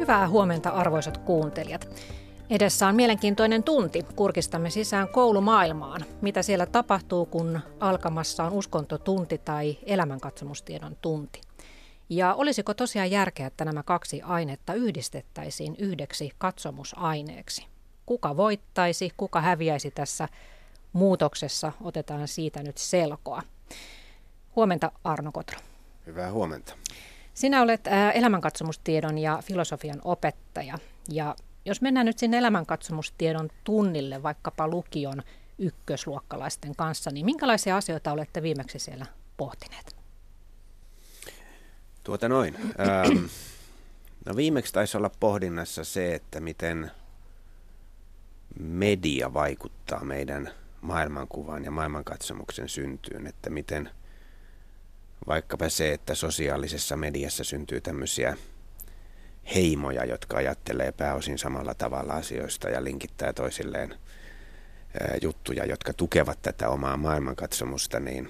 Hyvää huomenta arvoisat kuuntelijat. Edessä on mielenkiintoinen tunti. Kurkistamme sisään koulumaailmaan. Mitä siellä tapahtuu, kun alkamassa on uskontotunti tai elämänkatsomustiedon tunti? Ja olisiko tosiaan järkeä, että nämä kaksi ainetta yhdistettäisiin yhdeksi katsomusaineeksi? Kuka voittaisi, kuka häviäisi tässä muutoksessa? Otetaan siitä nyt selkoa. Huomenta Arno Kotro. Hyvää huomenta. Sinä olet elämänkatsomustiedon ja filosofian opettaja. Ja jos mennään nyt sinne elämänkatsomustiedon tunnille, vaikkapa lukion ykkösluokkalaisten kanssa, niin minkälaisia asioita olette viimeksi siellä pohtineet? No viimeksi taisi olla pohdinnassa se, että miten media vaikuttaa meidän maailmankuvaan ja maailmankatsomuksen syntyyn, että miten vaikkapa se, että sosiaalisessa mediassa syntyy tämmöisiä heimoja, jotka ajattelee pääosin samalla tavalla asioista ja linkittää toisilleen juttuja, jotka tukevat tätä omaa maailmankatsomusta, niin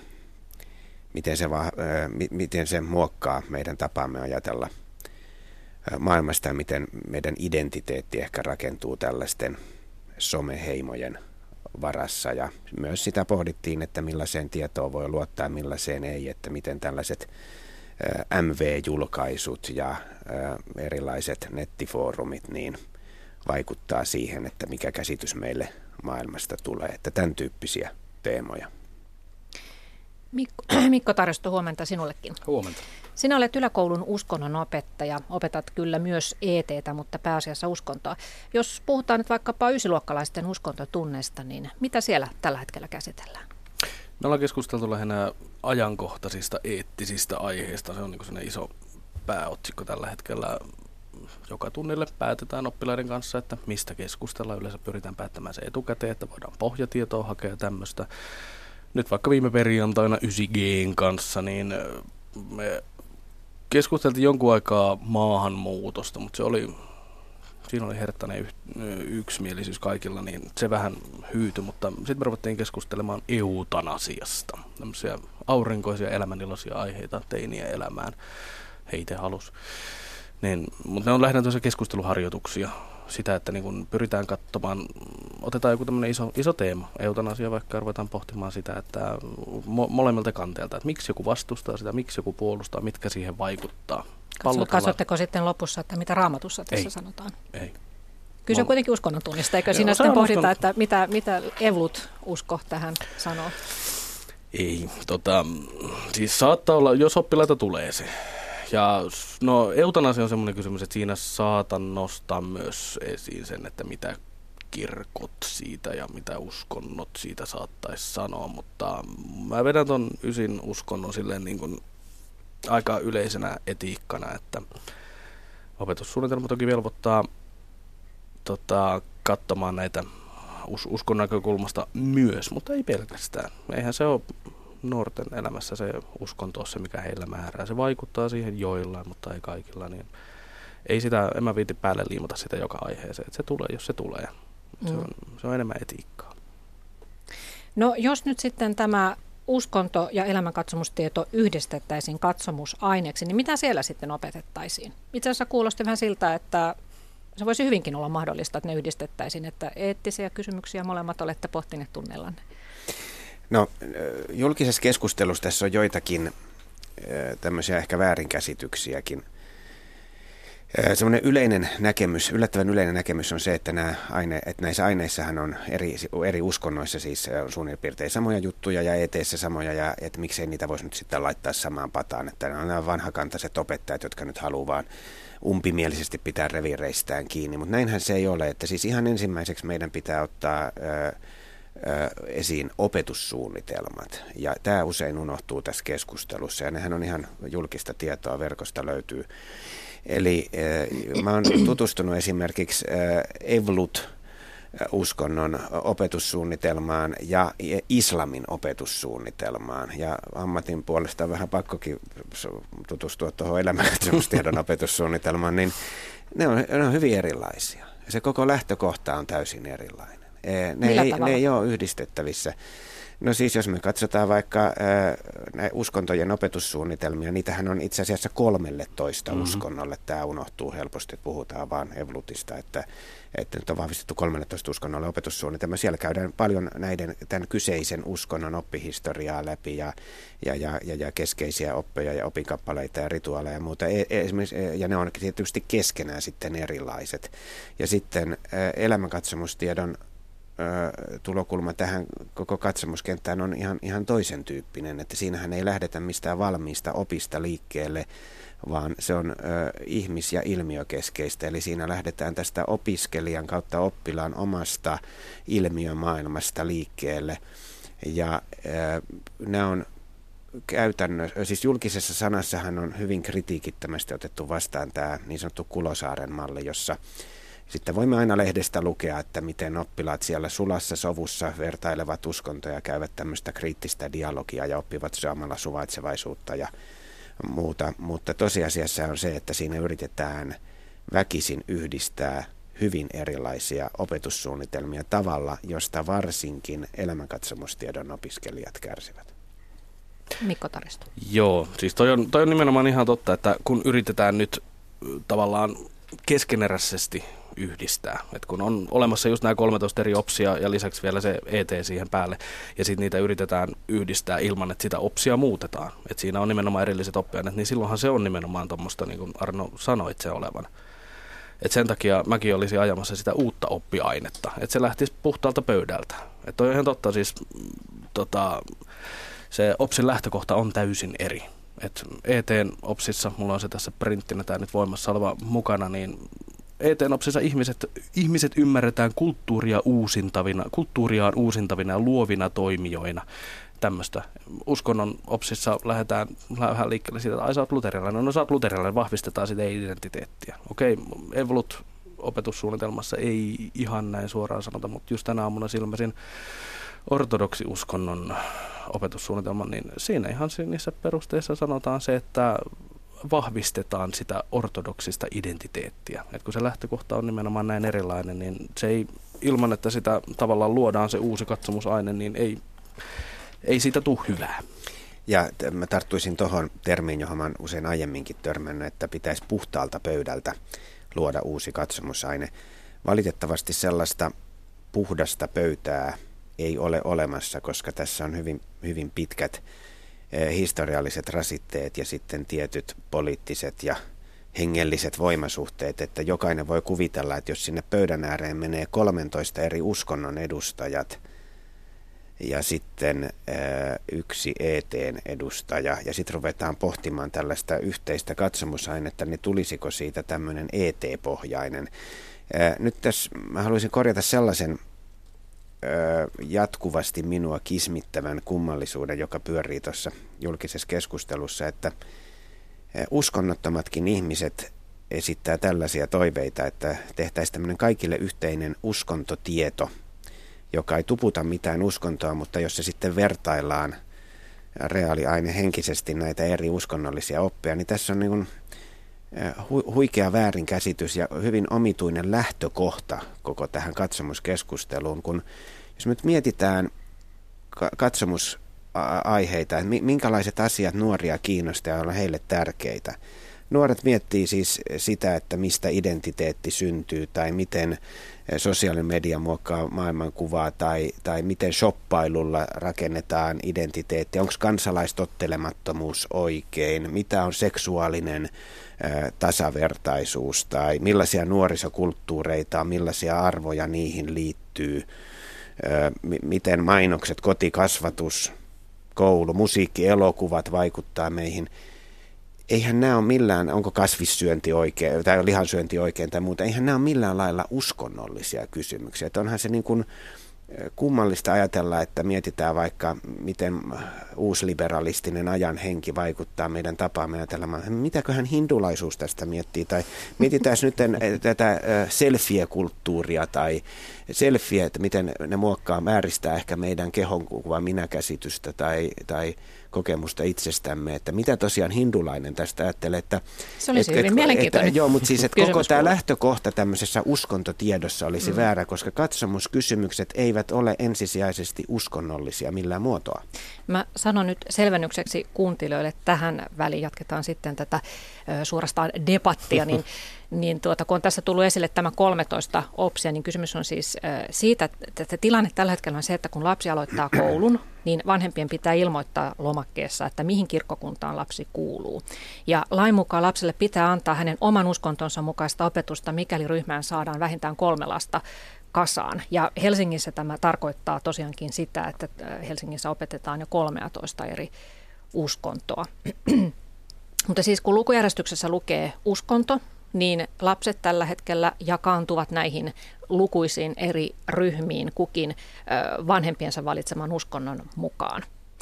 miten se muokkaa meidän tapaamme ajatella maailmasta ja miten meidän identiteetti ehkä rakentuu tällaisten someheimojen varassa. Ja myös sitä pohdittiin, että millaiseen tietoon voi luottaa, millaiseen ei, että miten tällaiset MV-julkaisut ja erilaiset nettifoorumit niin vaikuttaa siihen, että mikä käsitys meille maailmasta tulee. Että tämän tyyppisiä teemoja. Mikko Taristo, huomenta sinullekin. Huomenta. Sinä olet yläkoulun uskonnon opettaja. Opetat kyllä myös ET:tä, mutta pääasiassa uskontoa. Jos puhutaan nyt vaikkapa ysiluokkalaisten uskontotunneista, niin mitä siellä tällä hetkellä käsitellään? Me ollaan keskusteltu lähinnä ajankohtaisista eettisistä aiheista. Se on niin sellainen iso pääotsikko tällä hetkellä. Joka tunnille päätetään oppilaiden kanssa, että mistä keskustellaan. Yleensä pyritään päättämään se etukäteen, että voidaan pohjatietoa hakea tämmöistä. Nyt vaikka viime perjantaina 9G:n kanssa, niin me keskusteltiin jonkun aikaa maahanmuutosta, mutta siinä oli herttainen yksimielisyys kaikilla, niin se vähän hyytyi, mutta sitten me ruvettiin keskustelemaan eutanasiasta. Tämmöisiä aurinkoisia elämäniloisia aiheita teinien elämään heitä halus. Mutta ne on lähinnä tuossa keskusteluharjoituksia. Sitä, että niin kun pyritään katsomaan, otetaan joku tämmöinen iso teema, eutanasia, vaikka ruvetaan pohtimaan sitä, että molemmilta kanteelta, että miksi joku vastustaa sitä, miksi joku puolustaa, mitkä siihen vaikuttaa. Katsotteko sitten lopussa, että mitä Raamatussa tässä sanotaan? Ei. Kyllä se on kuitenkin uskonnon tunnista, eikö siinä sitten pohdita, että mitä Evlut-usko tähän sanoo? Ei, siis saattaa olla, jos oppilaita tulee se. Ja no eutanasia on semmoinen kysymys, että siinä saatan nostaa myös esiin sen, että mitä kirkot siitä ja mitä uskonnot siitä saattaisi sanoa, mutta mä vedän ton ysin uskonnon silleen niin kuin aika yleisenä etiikkana, että opetussuunnitelma toki velvoittaa katsomaan näitä uskon näkökulmasta myös, mutta ei pelkästään. Eihän se ole nuorten elämässä se uskonto se, mikä heillä määrää. Se vaikuttaa siihen joillain, mutta ei kaikilla. Niin ei sitä, en mä viiti päälle liimata sitä joka aiheeseen. Että se tulee, jos se tulee. Se on enemmän etiikkaa. No jos nyt sitten tämä uskonto ja elämänkatsomustieto yhdistettäisiin katsomusaineeksi, niin mitä siellä sitten opetettaisiin? Itse asiassa kuulosti vähän siltä, että se voisi hyvinkin olla mahdollista, että ne yhdistettäisiin, että eettisiä kysymyksiä molemmat olette pohtineet tunnellanne. No, julkisessa keskustelussa tässä on joitakin tämmöisiä ehkä väärinkäsityksiäkin. Semmoinen yllättävän yleinen näkemys on se, että näissä aineissahan on eri uskonnoissa siis suunnilleen piirtein samoja juttuja ja ET:ssä samoja, ja että miksei niitä voisi nyt sitten laittaa samaan pataan. Että ne on nämä vanhakantaiset opettajat, jotka nyt haluaa vaan umpimielisesti pitää reviireistään kiinni, mutta näinhän se ei ole. Että siis ihan ensimmäiseksi meidän pitää ottaa esiin opetussuunnitelmat, ja tämä usein unohtuu tässä keskustelussa, ja nehän on ihan julkista tietoa, verkosta löytyy. Eli mä oon tutustunut esimerkiksi Evlut-uskonnon opetussuunnitelmaan ja islamin opetussuunnitelmaan, ja ammatin puolesta on vähän pakkokin tutustua tuohon elämänkatsomustiedon opetussuunnitelmaan, niin ne on hyvin erilaisia. Se koko lähtökohta on täysin erilainen. Ne ei ole yhdistettävissä. No siis jos me katsotaan vaikka uskontojen opetussuunnitelmia, niitähän on itse asiassa 13 uskonnolle. Tämä unohtuu helposti, että puhutaan vaan evolutista, että nyt on vahvistettu 13 uskonnolle opetussuunnitelma. Siellä käydään paljon tämän kyseisen uskonnon oppihistoriaa läpi ja keskeisiä oppeja ja opinkappaleita ja rituaaleja ja muuta. Ja ne on tietysti keskenään sitten erilaiset. Ja sitten elämänkatsomustiedon tulokulma tähän koko katsomuskenttään on ihan toisen tyyppinen, että siinähän ei lähdetä mistään valmiista opista liikkeelle, vaan se on ihmis- ja ilmiökeskeistä, eli siinä lähdetään tästä opiskelijan kautta oppilaan omasta ilmiömaailmasta liikkeelle, ja nämä on käytännössä, siis julkisessa sanassahan on hyvin kritiikittömästi otettu vastaan tämä niin sanottu Kulosaaren malli, jossa sitten voimme aina lehdestä lukea, että miten oppilaat siellä sulassa sovussa vertailevat uskontoja, käyvät tämmöistä kriittistä dialogia ja oppivat samalla suvaitsevaisuutta ja muuta. Mutta tosiasiassa on se, että siinä yritetään väkisin yhdistää hyvin erilaisia opetussuunnitelmia tavalla, josta varsinkin elämänkatsomustiedon opiskelijat kärsivät. Mikko Taristo. Joo, siis toi on nimenomaan ihan totta, että kun yritetään nyt tavallaan keskeneräisesti yhdistää. Et kun on olemassa just nämä 13 eri opsia ja lisäksi vielä se ET siihen päälle ja sitten niitä yritetään yhdistää ilman, että sitä opsia muutetaan. Et siinä on nimenomaan erilliset oppiaineet, niin silloinhan se on nimenomaan tuommoista, niin kuin Arno sanoit se olevan. Et sen takia mäkin olisin ajamassa sitä uutta oppiainetta, että se lähtisi puhtaalta pöydältä. Että on ihan totta, siis se OPSin lähtökohta on täysin eri. Et ET:n OPSissa, mulla on se tässä printtinä tämä nyt voimassa oleva mukana, niin ET:n OPSissa ihmiset ymmärretään kulttuuriaan uusintavina ja luovina toimijoina. Tämmöistä. Uskonnon OPSissa lähdetään vähän liikkeelle siitä, että sä oot luterilainen. No sä oot luterilainen, vahvistetaan sitä identiteettiä. Okei, Evolut-opetussuunnitelmassa ei ihan näin suoraan sanota, mutta just tänä aamuna silmäsin ortodoksiuskonnon opetussuunnitelman, niin siinä ihan niissä perusteissa sanotaan se, että vahvistetaan sitä ortodoksista identiteettiä. Et kun se lähtökohta on nimenomaan näin erilainen, niin se ei, ilman että sitä tavallaan luodaan se uusi katsomusaine, niin ei siitä tule hyvää. Ja mä tarttuisin tuohon termiin, johon mä usein aiemminkin törmännyt, että pitäisi puhtaalta pöydältä luoda uusi katsomusaine. Valitettavasti sellaista puhdasta pöytää ei ole olemassa, koska tässä on hyvin, hyvin pitkät historialliset rasitteet ja sitten tietyt poliittiset ja hengelliset voimasuhteet, että jokainen voi kuvitella, että jos sinne pöydän ääreen menee 13 eri uskonnon edustajat ja sitten yksi ET:n edustaja ja sitten ruvetaan pohtimaan tällaista yhteistä katsomusainetta, niin tulisiko siitä tämmöinen ET-pohjainen. Nyt tässä mä haluaisin korjata sellaisen jatkuvasti minua kismittävän kummallisuuden, joka pyörii tuossa julkisessa keskustelussa, että uskonnottomatkin ihmiset esittää tällaisia toiveita, että tehtäisiin tämmöinen kaikille yhteinen uskontotieto, joka ei tuputa mitään uskontoa, mutta jos se sitten vertaillaan reaaliainehenkisesti näitä eri uskonnollisia oppeja, niin tässä on niin kuin huikea väärinkäsitys ja hyvin omituinen lähtökohta koko tähän katsomuskeskusteluun, kun jos me nyt mietitään katsomusaiheita, että minkälaiset asiat nuoria kiinnostaa ja on heille tärkeitä. Nuoret miettii siis sitä, että mistä identiteetti syntyy tai miten sosiaalinen media muokkaa maailmankuvaa tai miten shoppailulla rakennetaan identiteetti. Onko kansalaistottelemattomuus oikein? Mitä on seksuaalinen tasavertaisuus tai millaisia nuorisokulttuureita, millaisia arvoja niihin liittyy? Miten mainokset, kotikasvatus, koulu, musiikki, elokuvat vaikuttaa meihin? Eihän nämä ole millään, onko kasvissyönti oikein tai lihansyönti oikein tai muuta, eihän nämä ole millään lailla uskonnollisia kysymyksiä. Että onhan se niin kuin kummallista ajatella, että mietitään vaikka, miten uusliberalistinen ajan henki vaikuttaa meidän tapaamme ajatella, mitäköhän hindulaisuus tästä miettii, tai mietitään nyt tätä selfie-kulttuuria tai selfie, että miten ne muokkaa, vääristää ehkä meidän kehonkuvan minäkäsitystä tai kokemusta itsestämme, että mitä tosiaan hindulainen tästä ajattelee, että se olisi hyvin mielenkiintoinen. Joo, mutta siis, että koko tämä lähtökohta tämmöisessä uskontotiedossa olisi väärä, koska katsomuskysymykset eivät ole ensisijaisesti uskonnollisia millään muotoa. Mä sanon nyt selvennykseksi kuuntelijoille, että tähän väliin jatketaan sitten tätä suorastaan debattia, kun on tässä tullut esille tämä 13 opsia, niin kysymys on siis siitä, että tilanne tällä hetkellä on se, että kun lapsi aloittaa koulun, niin vanhempien pitää ilmoittaa lomakkeessa, että mihin kirkkokuntaan lapsi kuuluu. Ja lain mukaan lapselle pitää antaa hänen oman uskontonsa mukaista opetusta, mikäli ryhmään saadaan vähintään 3 lasta kasaan. Ja Helsingissä tämä tarkoittaa tosiaankin sitä, että Helsingissä opetetaan jo 13 eri uskontoa. Mutta siis kun lukujärjestyksessä lukee uskonto, niin lapset tällä hetkellä jakaantuvat näihin lukuisiin eri ryhmiin kukin vanhempiensa valitseman uskonnon mukaan.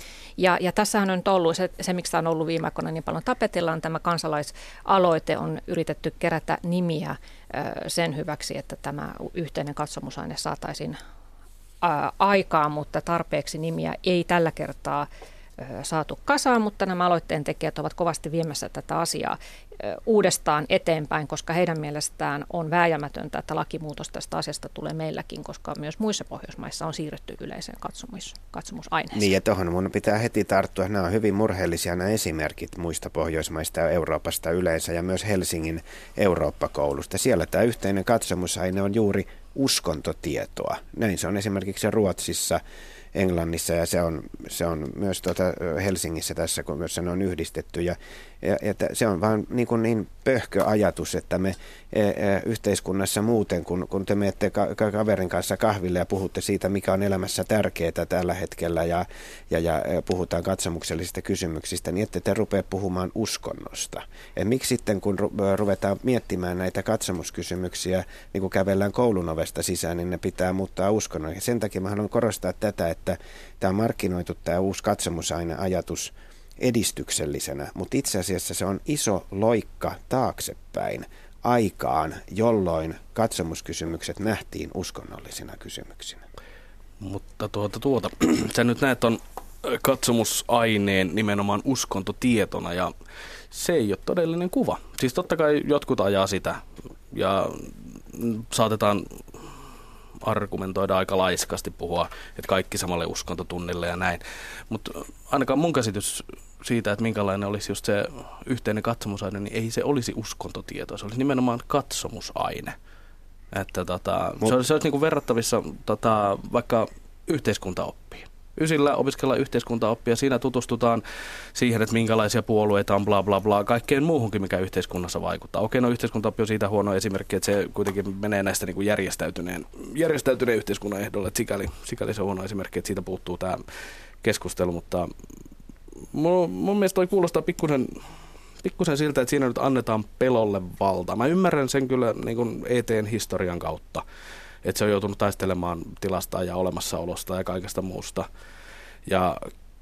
Ja tässähän on nyt ollut se, miksi tämä on ollut viime aikoina niin paljon tapetilla, on tämä kansalaisaloite, on yritetty kerätä nimiä sen hyväksi, että tämä yhteinen katsomusaine saataisiin aikaan, mutta tarpeeksi nimiä ei tällä kertaa saatu kasaan, mutta nämä aloitteen tekijät ovat kovasti viemässä tätä asiaa uudestaan eteenpäin, koska heidän mielestään on vääjäämätöntä, että lakimuutos tästä asiasta tulee meilläkin, koska myös muissa Pohjoismaissa on siirrytty yleiseen katsomusaineeseen. Niin, ja tuohon mun pitää heti tarttua. Nämä on hyvin murheellisia nämä esimerkit muista Pohjoismaista ja Euroopasta yleensä ja myös Helsingin Eurooppa-koulusta. Siellä tämä yhteinen katsomusaine on juuri uskontotietoa. Näin se on esimerkiksi Ruotsissa, Englannissa ja se on myös Helsingissä tässä, kun myös se on yhdistetty ja se on vaan niin pöhkö ajatus, että me yhteiskunnassa muuten, kun te menette kaverin kanssa kahville ja puhutte siitä, mikä on elämässä tärkeää tällä hetkellä ja puhutaan katsomuksellisista kysymyksistä, niin ette te rupea puhumaan uskonnosta. Et miksi sitten, kun ruvetaan miettimään näitä katsomuskysymyksiä, niin kun kävellään koulun ovesta sisään, niin ne pitää muuttaa uskonnon. Ja sen takia mä haluan korostaa tätä, että tämä on markkinoitu tämä uusi katsomusaine-ajatus edistyksellisenä, mutta itse asiassa se on iso loikka taaksepäin aikaan, jolloin katsomuskysymykset nähtiin uskonnollisina kysymyksinä. Mutta sä nyt näet on katsomusaineen nimenomaan uskontotietona ja se ei ole todellinen kuva. Siis totta kai jotkut ajaa sitä ja saatetaan argumentoida aika laiskasti, puhua, että kaikki samalle uskontotunnille ja näin. Mutta ainakaan mun käsitys siitä, että minkälainen olisi just se yhteinen katsomusaine, niin ei se olisi uskontotietoa. Se olisi nimenomaan katsomusaine. Että se olisi niin kuin verrattavissa vaikka yhteiskuntaoppiin. Ysillä opiskellaan yhteiskuntaoppia, siinä tutustutaan siihen, että minkälaisia puolueita on, bla bla bla, kaikkeen muuhunkin, mikä yhteiskunnassa vaikuttaa. Okei, no yhteiskuntaoppi on siitä huono esimerkki, että se kuitenkin menee näistä niin kuin järjestäytyneen yhteiskunnan ehdolle, että sikäli se on huono esimerkki, että siitä puuttuu tämä keskustelu, mutta mun mielestä toi kuulostaa pikkusen siltä, että siinä nyt annetaan pelolle valta. Mä ymmärrän sen kyllä niin kuin ET:n historian kautta, että se on joutunut taistelemaan tilasta ja olemassaolosta ja kaikesta muusta. Ja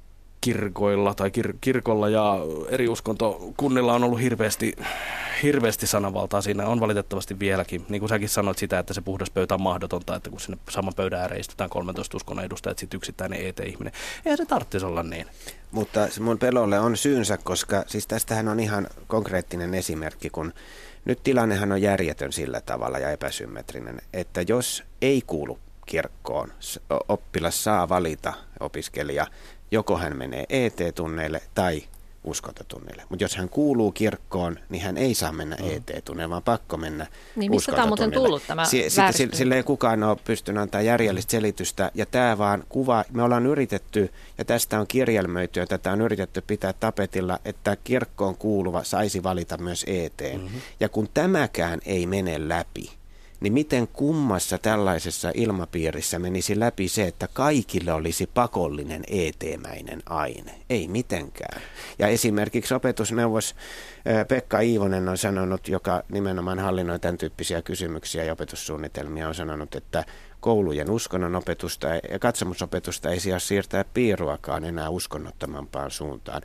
kirkolla ja eri uskontokunnilla on ollut hirveästi sananvaltaa. Siinä on valitettavasti vieläkin. Niin kuin säkin sanoit sitä, että se puhdas pöytä on mahdotonta, että kun sinne saman pöydän ääreen istutaan 13 uskonnon edustajat, sitten yksittäinen ET-ihminen. Eihän se tarvitsisi olla niin. Mutta mun pelolle on syynsä, koska siis tästähän on ihan konkreettinen esimerkki, kun nyt tilannehan on järjetön sillä tavalla ja epäsymmetrinen, että jos ei kuulu kirkkoon, oppilas saa valita, opiskelija, joko hän menee ET-tunneille tai uskontotunneille. Mutta jos hän kuuluu kirkkoon, niin hän ei saa mennä ET-tunneille, vaan pakko mennä niin mistä tämä on muuten tullut tämä vääristymä? Sillä ei kukaan ole pystynyt antaa järjellistä selitystä, ja tämä vaan kuva, me ollaan yritetty, ja tästä on kirjelmöity, ja tätä on yritetty pitää tapetilla, että kirkkoon kuuluva saisi valita myös ET. Ja kun tämäkään ei mene läpi, niin miten kummassa tällaisessa ilmapiirissä menisi läpi se, että kaikille olisi pakollinen ET-mäinen aine? Ei mitenkään. Ja esimerkiksi opetusneuvos Pekka Iivonen on sanonut, joka nimenomaan hallinnoi tämän tyyppisiä kysymyksiä ja opetussuunnitelmia, on sanonut, että koulujen uskonnonopetusta ja katsomusopetusta ei saa siirtää piiruakaan enää uskonnottomampaan suuntaan.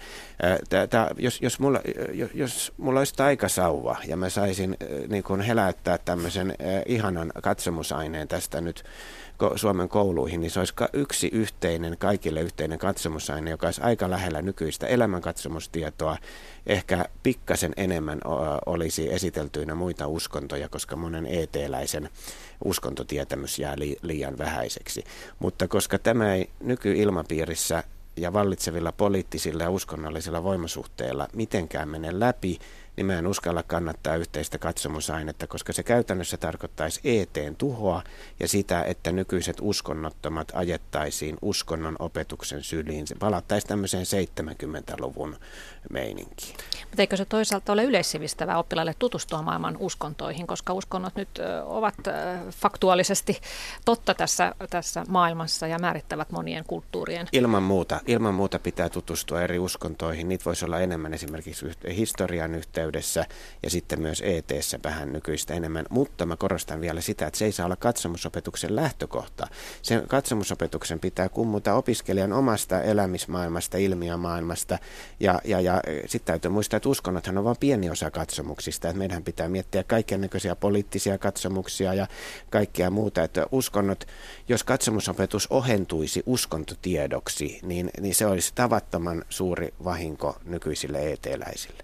Jos mulla olisi taikasauva ja mä saisin niin kuin heläyttää tämmöisen ihanan katsomusaineen tästä nyt Suomen kouluihin, niin se olisi yksi kaikille yhteinen katsomusaine, joka olisi aika lähellä nykyistä elämänkatsomustietoa. Ehkä pikkasen enemmän olisi esiteltyinä muita uskontoja, koska monen ET-läisen uskontotietämys jää liian vähäiseksi. Mutta koska tämä ei nykyilmapiirissä ja vallitsevilla poliittisilla ja uskonnollisilla voimasuhteilla mitenkään mene läpi, niin mä en uskalla kannattaa yhteistä katsomusainetta, koska se käytännössä tarkoittaisi ET:n tuhoa ja sitä, että nykyiset uskonnottomat ajettaisiin uskonnon opetuksen syliin. Se palattaisiin tämmöiseen 70-luvun meininkiin. Mutta eikö se toisaalta ole yleissivistävää oppilaille tutustua maailman uskontoihin, koska uskonnot nyt ovat faktuaalisesti totta tässä maailmassa ja määrittävät monien kulttuurien? Ilman muuta pitää tutustua eri uskontoihin. Niitä voisi olla enemmän esimerkiksi historian yhteydessä ja sitten myös ET:ssä vähän nykyistä enemmän. Mutta mä korostan vielä sitä, että se ei saa olla katsomusopetuksen lähtökohta. Sen katsomusopetuksen pitää kummuta opiskelijan omasta elämismaailmasta, ilmiömaailmasta ja sitten täytyy muistaa, että uskonnothan on vain pieni osa katsomuksista. Että meidän pitää miettiä kaikennäköisiä poliittisia katsomuksia ja kaikkea muuta. Että uskonnot, jos katsomusopetus ohentuisi uskontotiedoksi, niin se olisi tavattoman suuri vahinko nykyisille ET-läisille.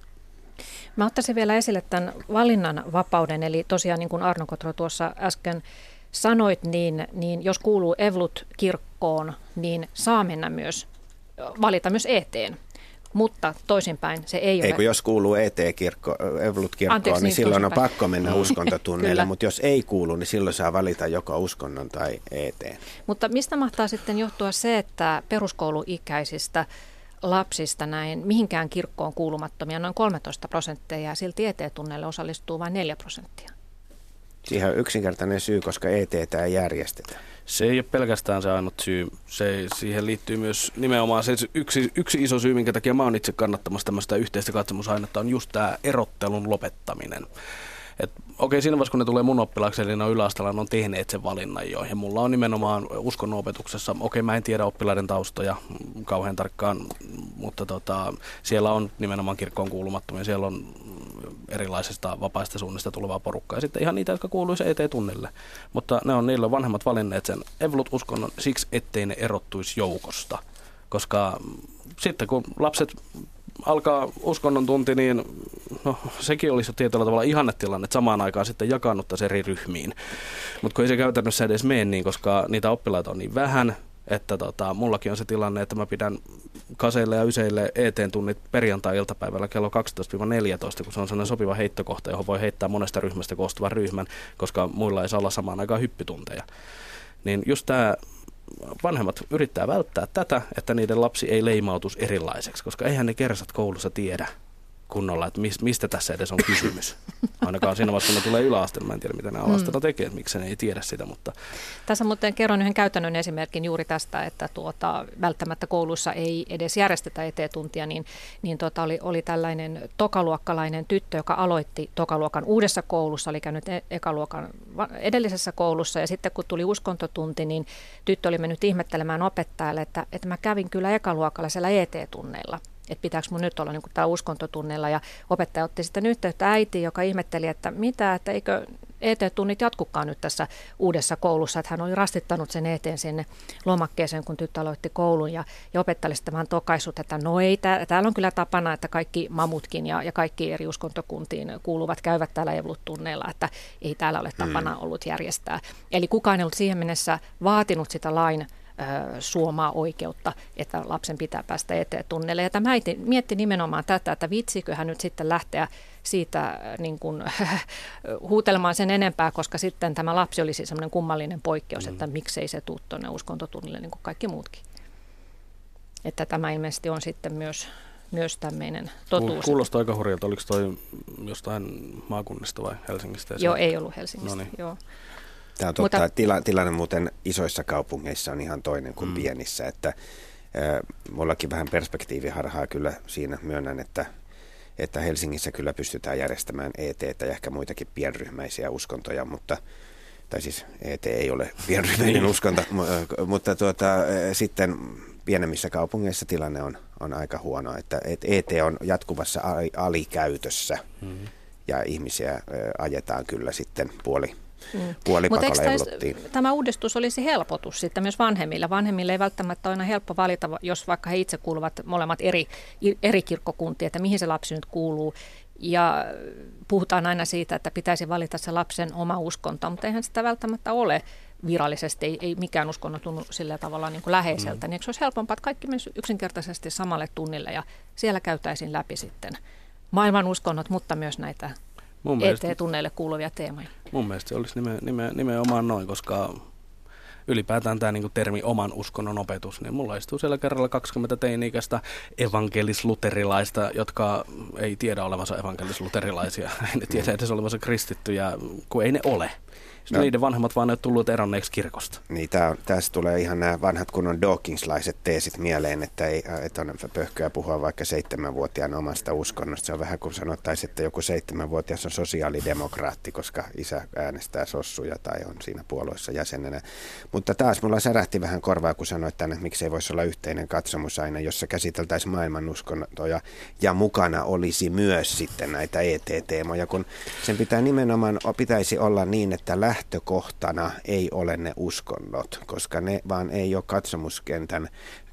Mä ottaisin vielä esille tämän valinnan vapauden, eli tosiaan niin kuin Arno Kotro tuossa äsken sanoit, niin jos kuuluu Evolut-kirkkoon, niin saa mennä myös, valita myös ET:n. Mutta toisinpäin se ei ole. Ei kun jos kuuluu Evolut-kirkkoon, niin silloin on pakko mennä uskontotunneille, mutta jos ei kuulu, niin silloin saa valita joko uskonnon tai ET:n. Mutta mistä mahtaa sitten johtua se, että peruskouluikäisistä lapsista näin mihinkään kirkkoon kuulumattomia noin 13% ja silti ET-tunneille osallistuu vain 4%? Siihen on yksinkertainen syy, koska ET:tä ei järjestetä. Se ei ole pelkästään se ainut syy. Siihen liittyy myös nimenomaan se yksi iso syy, minkä takia mä oon itse kannattamassa tämmöistä yhteistä katsomusainetta, on just tämä erottelun lopettaminen. Okei, siinä vaiheessa, kun ne tulee mun oppilaaksi, eli ne on yläasteella, ne on tehneet sen valinnan jo. Ja mulla on nimenomaan uskonnonopetuksessa, mä en tiedä oppilaiden taustoja kauhean tarkkaan, mutta siellä on nimenomaan kirkkoon kuulumattomia, siellä on erilaisista vapaista suunnista tulevaa porukkaa. Ja sitten ihan niitä, jotka kuuluisi ET-tunnille. Mutta niillä on vanhemmat valinneet sen Evolut-uskonnon siksi, ettei ne erottuisi joukosta. Koska sitten kun lapset alkaa uskonnon tunti, niin sekin olisi jo tietyllä tavalla ihannetilanne, että samaan aikaan sitten jakannuttaisiin eri ryhmiin. Mutta kun ei se käytännössä edes mene niin, koska niitä oppilaita on niin vähän, että mullakin on se tilanne, että mä pidän kaseille ja yseille ET-tunnit perjantai-iltapäivällä kello 12-14, kun se on sellainen sopiva heittokohta, johon voi heittää monesta ryhmästä koostuvan ryhmän, koska muilla ei saa olla samaan aikaan hyppytunteja. Niin just tämä vanhemmat yrittää välttää tätä, että niiden lapsi ei leimautus erilaiseksi, koska eihän ne kersat koulussa tiedä kunnolla, että mistä tässä edes on kysymys. Ainakaan siinä vaiheessa, kun ne tulee yläasteella, mä en tiedä, mitä ne alasteella tekee, että miksi ne ei tiedä sitä. Mutta tässä muuten kerron yhden käytännön esimerkin juuri tästä, että välttämättä kouluissa ei edes järjestetä ET-tuntia, niin oli tällainen tokaluokkalainen tyttö, joka aloitti tokaluokan uudessa koulussa, oli käynyt ekaluokan edellisessä koulussa, ja sitten kun tuli uskontotunti, niin tyttö oli mennyt ihmettelemään opettajalle, että mä kävin kyllä ekaluokalla siellä ET-tunneilla. Että pitääkö mun nyt olla niin kuin täällä uskontotunnilla, ja opettaja otti sitten yhteyttä äitiin, joka ihmetteli, että eikö ET-tunnit jatkukaan nyt tässä uudessa koulussa, että hän oli rastittanut sen ET:n sinne lomakkeeseen, kun tyttö aloitti koulun, ja opettaja sitten vähän tokaisut, että ei, täällä on kyllä tapana, että kaikki mamutkin ja kaikki eri uskontokuntiin kuuluvat käyvät täällä Evolut-tunneilla, että ei täällä ole tapana ollut järjestää. Eli kukaan ei ollut siihen mennessä vaatinut sitä lain suomaa oikeutta, että lapsen pitää päästä ET-tunneille. Ja tämä äiti mietti nimenomaan tätä, että vitsikö hän nyt sitten lähteä siitä niin kuin, huutelemaan sen enempää, koska sitten tämä lapsi olisi semmoinen kummallinen poikkeus, että miksei se tule tuonne uskontotunnille niin kuin kaikki muutkin. Että tämä ilmeisesti on sitten myös tämmöinen totuus. Kuulostaa aika hurjalta. Oliko toi jostain maakunnista vai Helsingistä? Joo, ei ollut Helsingistä. Noniin. Joo. Tämä on totta. Tilanne muuten isoissa kaupungeissa on ihan toinen kuin pienissä. Että, mullakin vähän perspektiiviharhaa kyllä siinä myönnän, että Helsingissä kyllä pystytään järjestämään ET:tä ja ehkä muitakin pienryhmäisiä uskontoja, mutta tai siis ET ei ole pienryhmäinen uskonto, mutta sitten pienemmissä kaupungeissa tilanne on aika huono, että ET on jatkuvassa alikäytössä ja ihmisiä ajetaan kyllä sitten puolipakolla ja blottiin. Tämä uudistus olisi helpotus sitten myös vanhemmille. Vanhemmille ei välttämättä ole aina helppo valita, jos vaikka he itse kuuluvat molemmat eri kirkkokuntiin, että mihin se lapsi nyt kuuluu. Ja puhutaan aina siitä, että pitäisi valita se lapsen oma uskonto, mutta eihän sitä välttämättä ole virallisesti. Ei mikään uskonto tunnu sillä tavalla niin kuin läheiseltä. Niin eikö se olisi helpompaa, että kaikki menisi yksinkertaisesti samalle tunnille ja siellä käytäisiin läpi sitten maailman uskonnot, mutta myös näitä ET-tunneille kuuluvia teemoja. Mun mielestä se olisi nimenomaan noin, koska ylipäätään tämä niinku termi oman uskonnon opetus, niin mulla istuu siellä kerralla 20 teini-ikäistä evankelis-luterilaista, jotka ei tiedä olevansa evankelis-luterilaisia, ei ne tiedä edes olevansa kristittyjä, kun ei ne ole. Niiden vanhemmat vaan ne on tullut eronneeksi kirkosta. Niin, tässä tulee ihan nämä vanhat kunnon Dawkinslaiset teesit mieleen, että on pöhköä puhua vaikka 7-vuotiaan omasta uskonnosta. Se on vähän kuin sanottaisiin, että joku 7-vuotias on sosiaalidemokraatti, koska isä äänestää sossuja tai on siinä puolueessa jäsenenä. Mutta taas mulla särähti vähän korvaa, kun sanoit tänne, että miksei voisi olla yhteinen katsomusaine, jossa käsiteltäisiin maailman uskontoja ja mukana olisi myös sitten näitä ET-teemoja, kun sen pitäisi olla niin, että lähtökohtana ei ole ne uskonnot, koska ne vaan ei ole katsomuskentän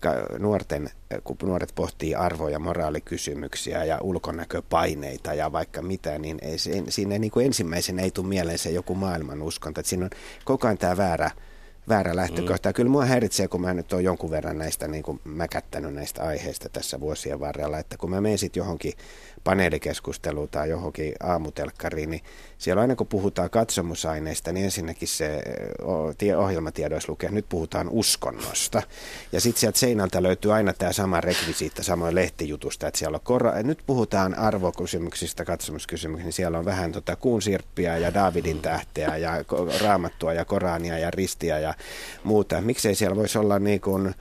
kun nuoret pohtii arvo- ja moraalikysymyksiä ja ulkonäköpaineita ja vaikka mitä, niin siinä niin kuin ensimmäisenä ei tule mieleen se joku maailman uskonto. Että siinä on koko ajan tämä väärä lähtökohta. Kyllä mua häiritsee, kun mä nyt olen jonkun verran näistä niin kuin mäkättänyt näistä aiheista tässä vuosien varrella, että kun mä menen sitten johonkin paneelikeskusteluun tai johonkin aamutelkkariin, niin siellä aina kun puhutaan katsomusaineista, niin ensinnäkin se ohjelmatiedoissa lukee, että nyt puhutaan uskonnosta. Ja sitten sieltä seinältä löytyy aina tämä sama rekvisiitta samoin lehtijutusta, että siellä on nyt puhutaan arvokysymyksistä, katsomuskysymyksistä, niin siellä on vähän kuunsirppiä ja Daavidin tähteä ja raamattua ja Korania ja ristiä ja muuta. Miksei siellä voisi olla niin kuin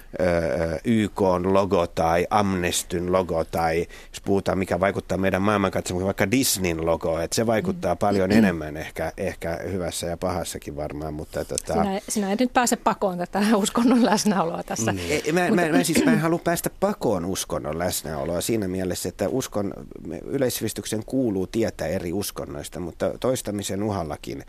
YK:n logo tai Amnestyn logo tai jos puhutaan, mikä vaikuttaa meidän maailmankatsomukseen, vaikka Disneyn logo, että se vaikuttaa paljon enemmän ehkä hyvässä ja pahassakin varmaan, mutta Sinä et nyt pääse pakoon tätä uskonnon läsnäoloa tässä. Mä en halua päästä pakoon uskonnon läsnäoloa siinä mielessä, että yleissivistyksen kuuluu tietää eri uskonnoista, mutta toistamisen uhallakin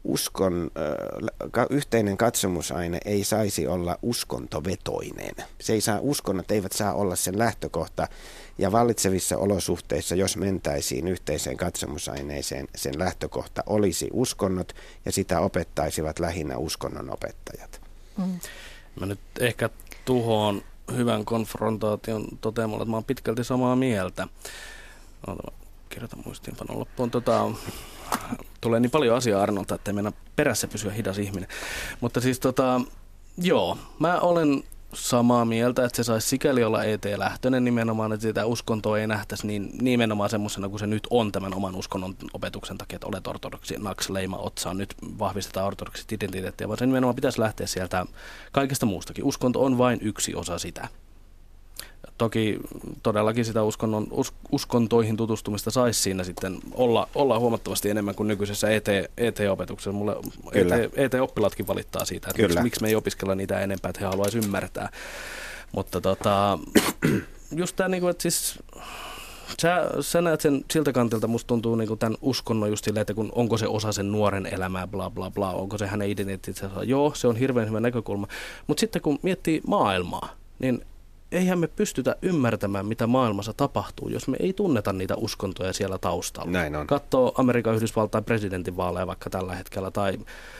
yhteinen katsomusaine ei saisi olla uskontovetoinen. Uskonnot eivät saa olla sen lähtökohta ja vallitsevissa olosuhteissa, jos mentäisiin yhteiseen katsomusaineeseen, sen lähtökohta olisi uskonnot ja sitä opettaisivat lähinnä uskonnonopettajat. Mä nyt ehkä tuhoon hyvän konfrontaation toteamalla, että mä oon pitkälti samaa mieltä. Kirjoitan muistiinpanon loppuun. Tulee niin paljon asiaa Arnolta, että ei mennä perässä pysyä hidas ihminen. Mutta siis joo, mä olen samaa mieltä, että se saisi sikäli olla ET-lähtöinen nimenomaan, että sitä uskontoa ei nähtäisi niin nimenomaan semmoisena kuin se nyt on tämän oman uskonnon opetuksen takia, että olet ortodoksi, naks, leima, otsaan, nyt vahvistetaan ortodoksit identiteettiä, vaan se nimenomaan pitäisi lähteä sieltä kaikesta muustakin. Uskonto on vain yksi osa sitä. Toki todellakin sitä uskontoihin tutustumista saisi siinä sitten olla huomattavasti enemmän kuin nykyisessä ET-opetuksessa. Mulle ET-oppilaatkin valittaa siitä, että miksi me ei opiskella niitä enempää, että he haluaisivat ymmärtää. Mutta just tämä, että siis sä näet sen siltä kantilta, musta tuntuu tämän uskonnon just silleen, että onko se osa sen nuoren elämää, bla bla bla, onko se hänen identiteettinsä. Joo, se on hirveän hyvä näkökulma. Mutta sitten kun miettii maailmaa, niin eihän me pystytä ymmärtämään, mitä maailmassa tapahtuu, jos me ei tunneta niitä uskontoja siellä taustalla. Näin on. Katsoo Amerikan Yhdysvaltain presidentinvaaleja vaikka tällä hetkellä, tai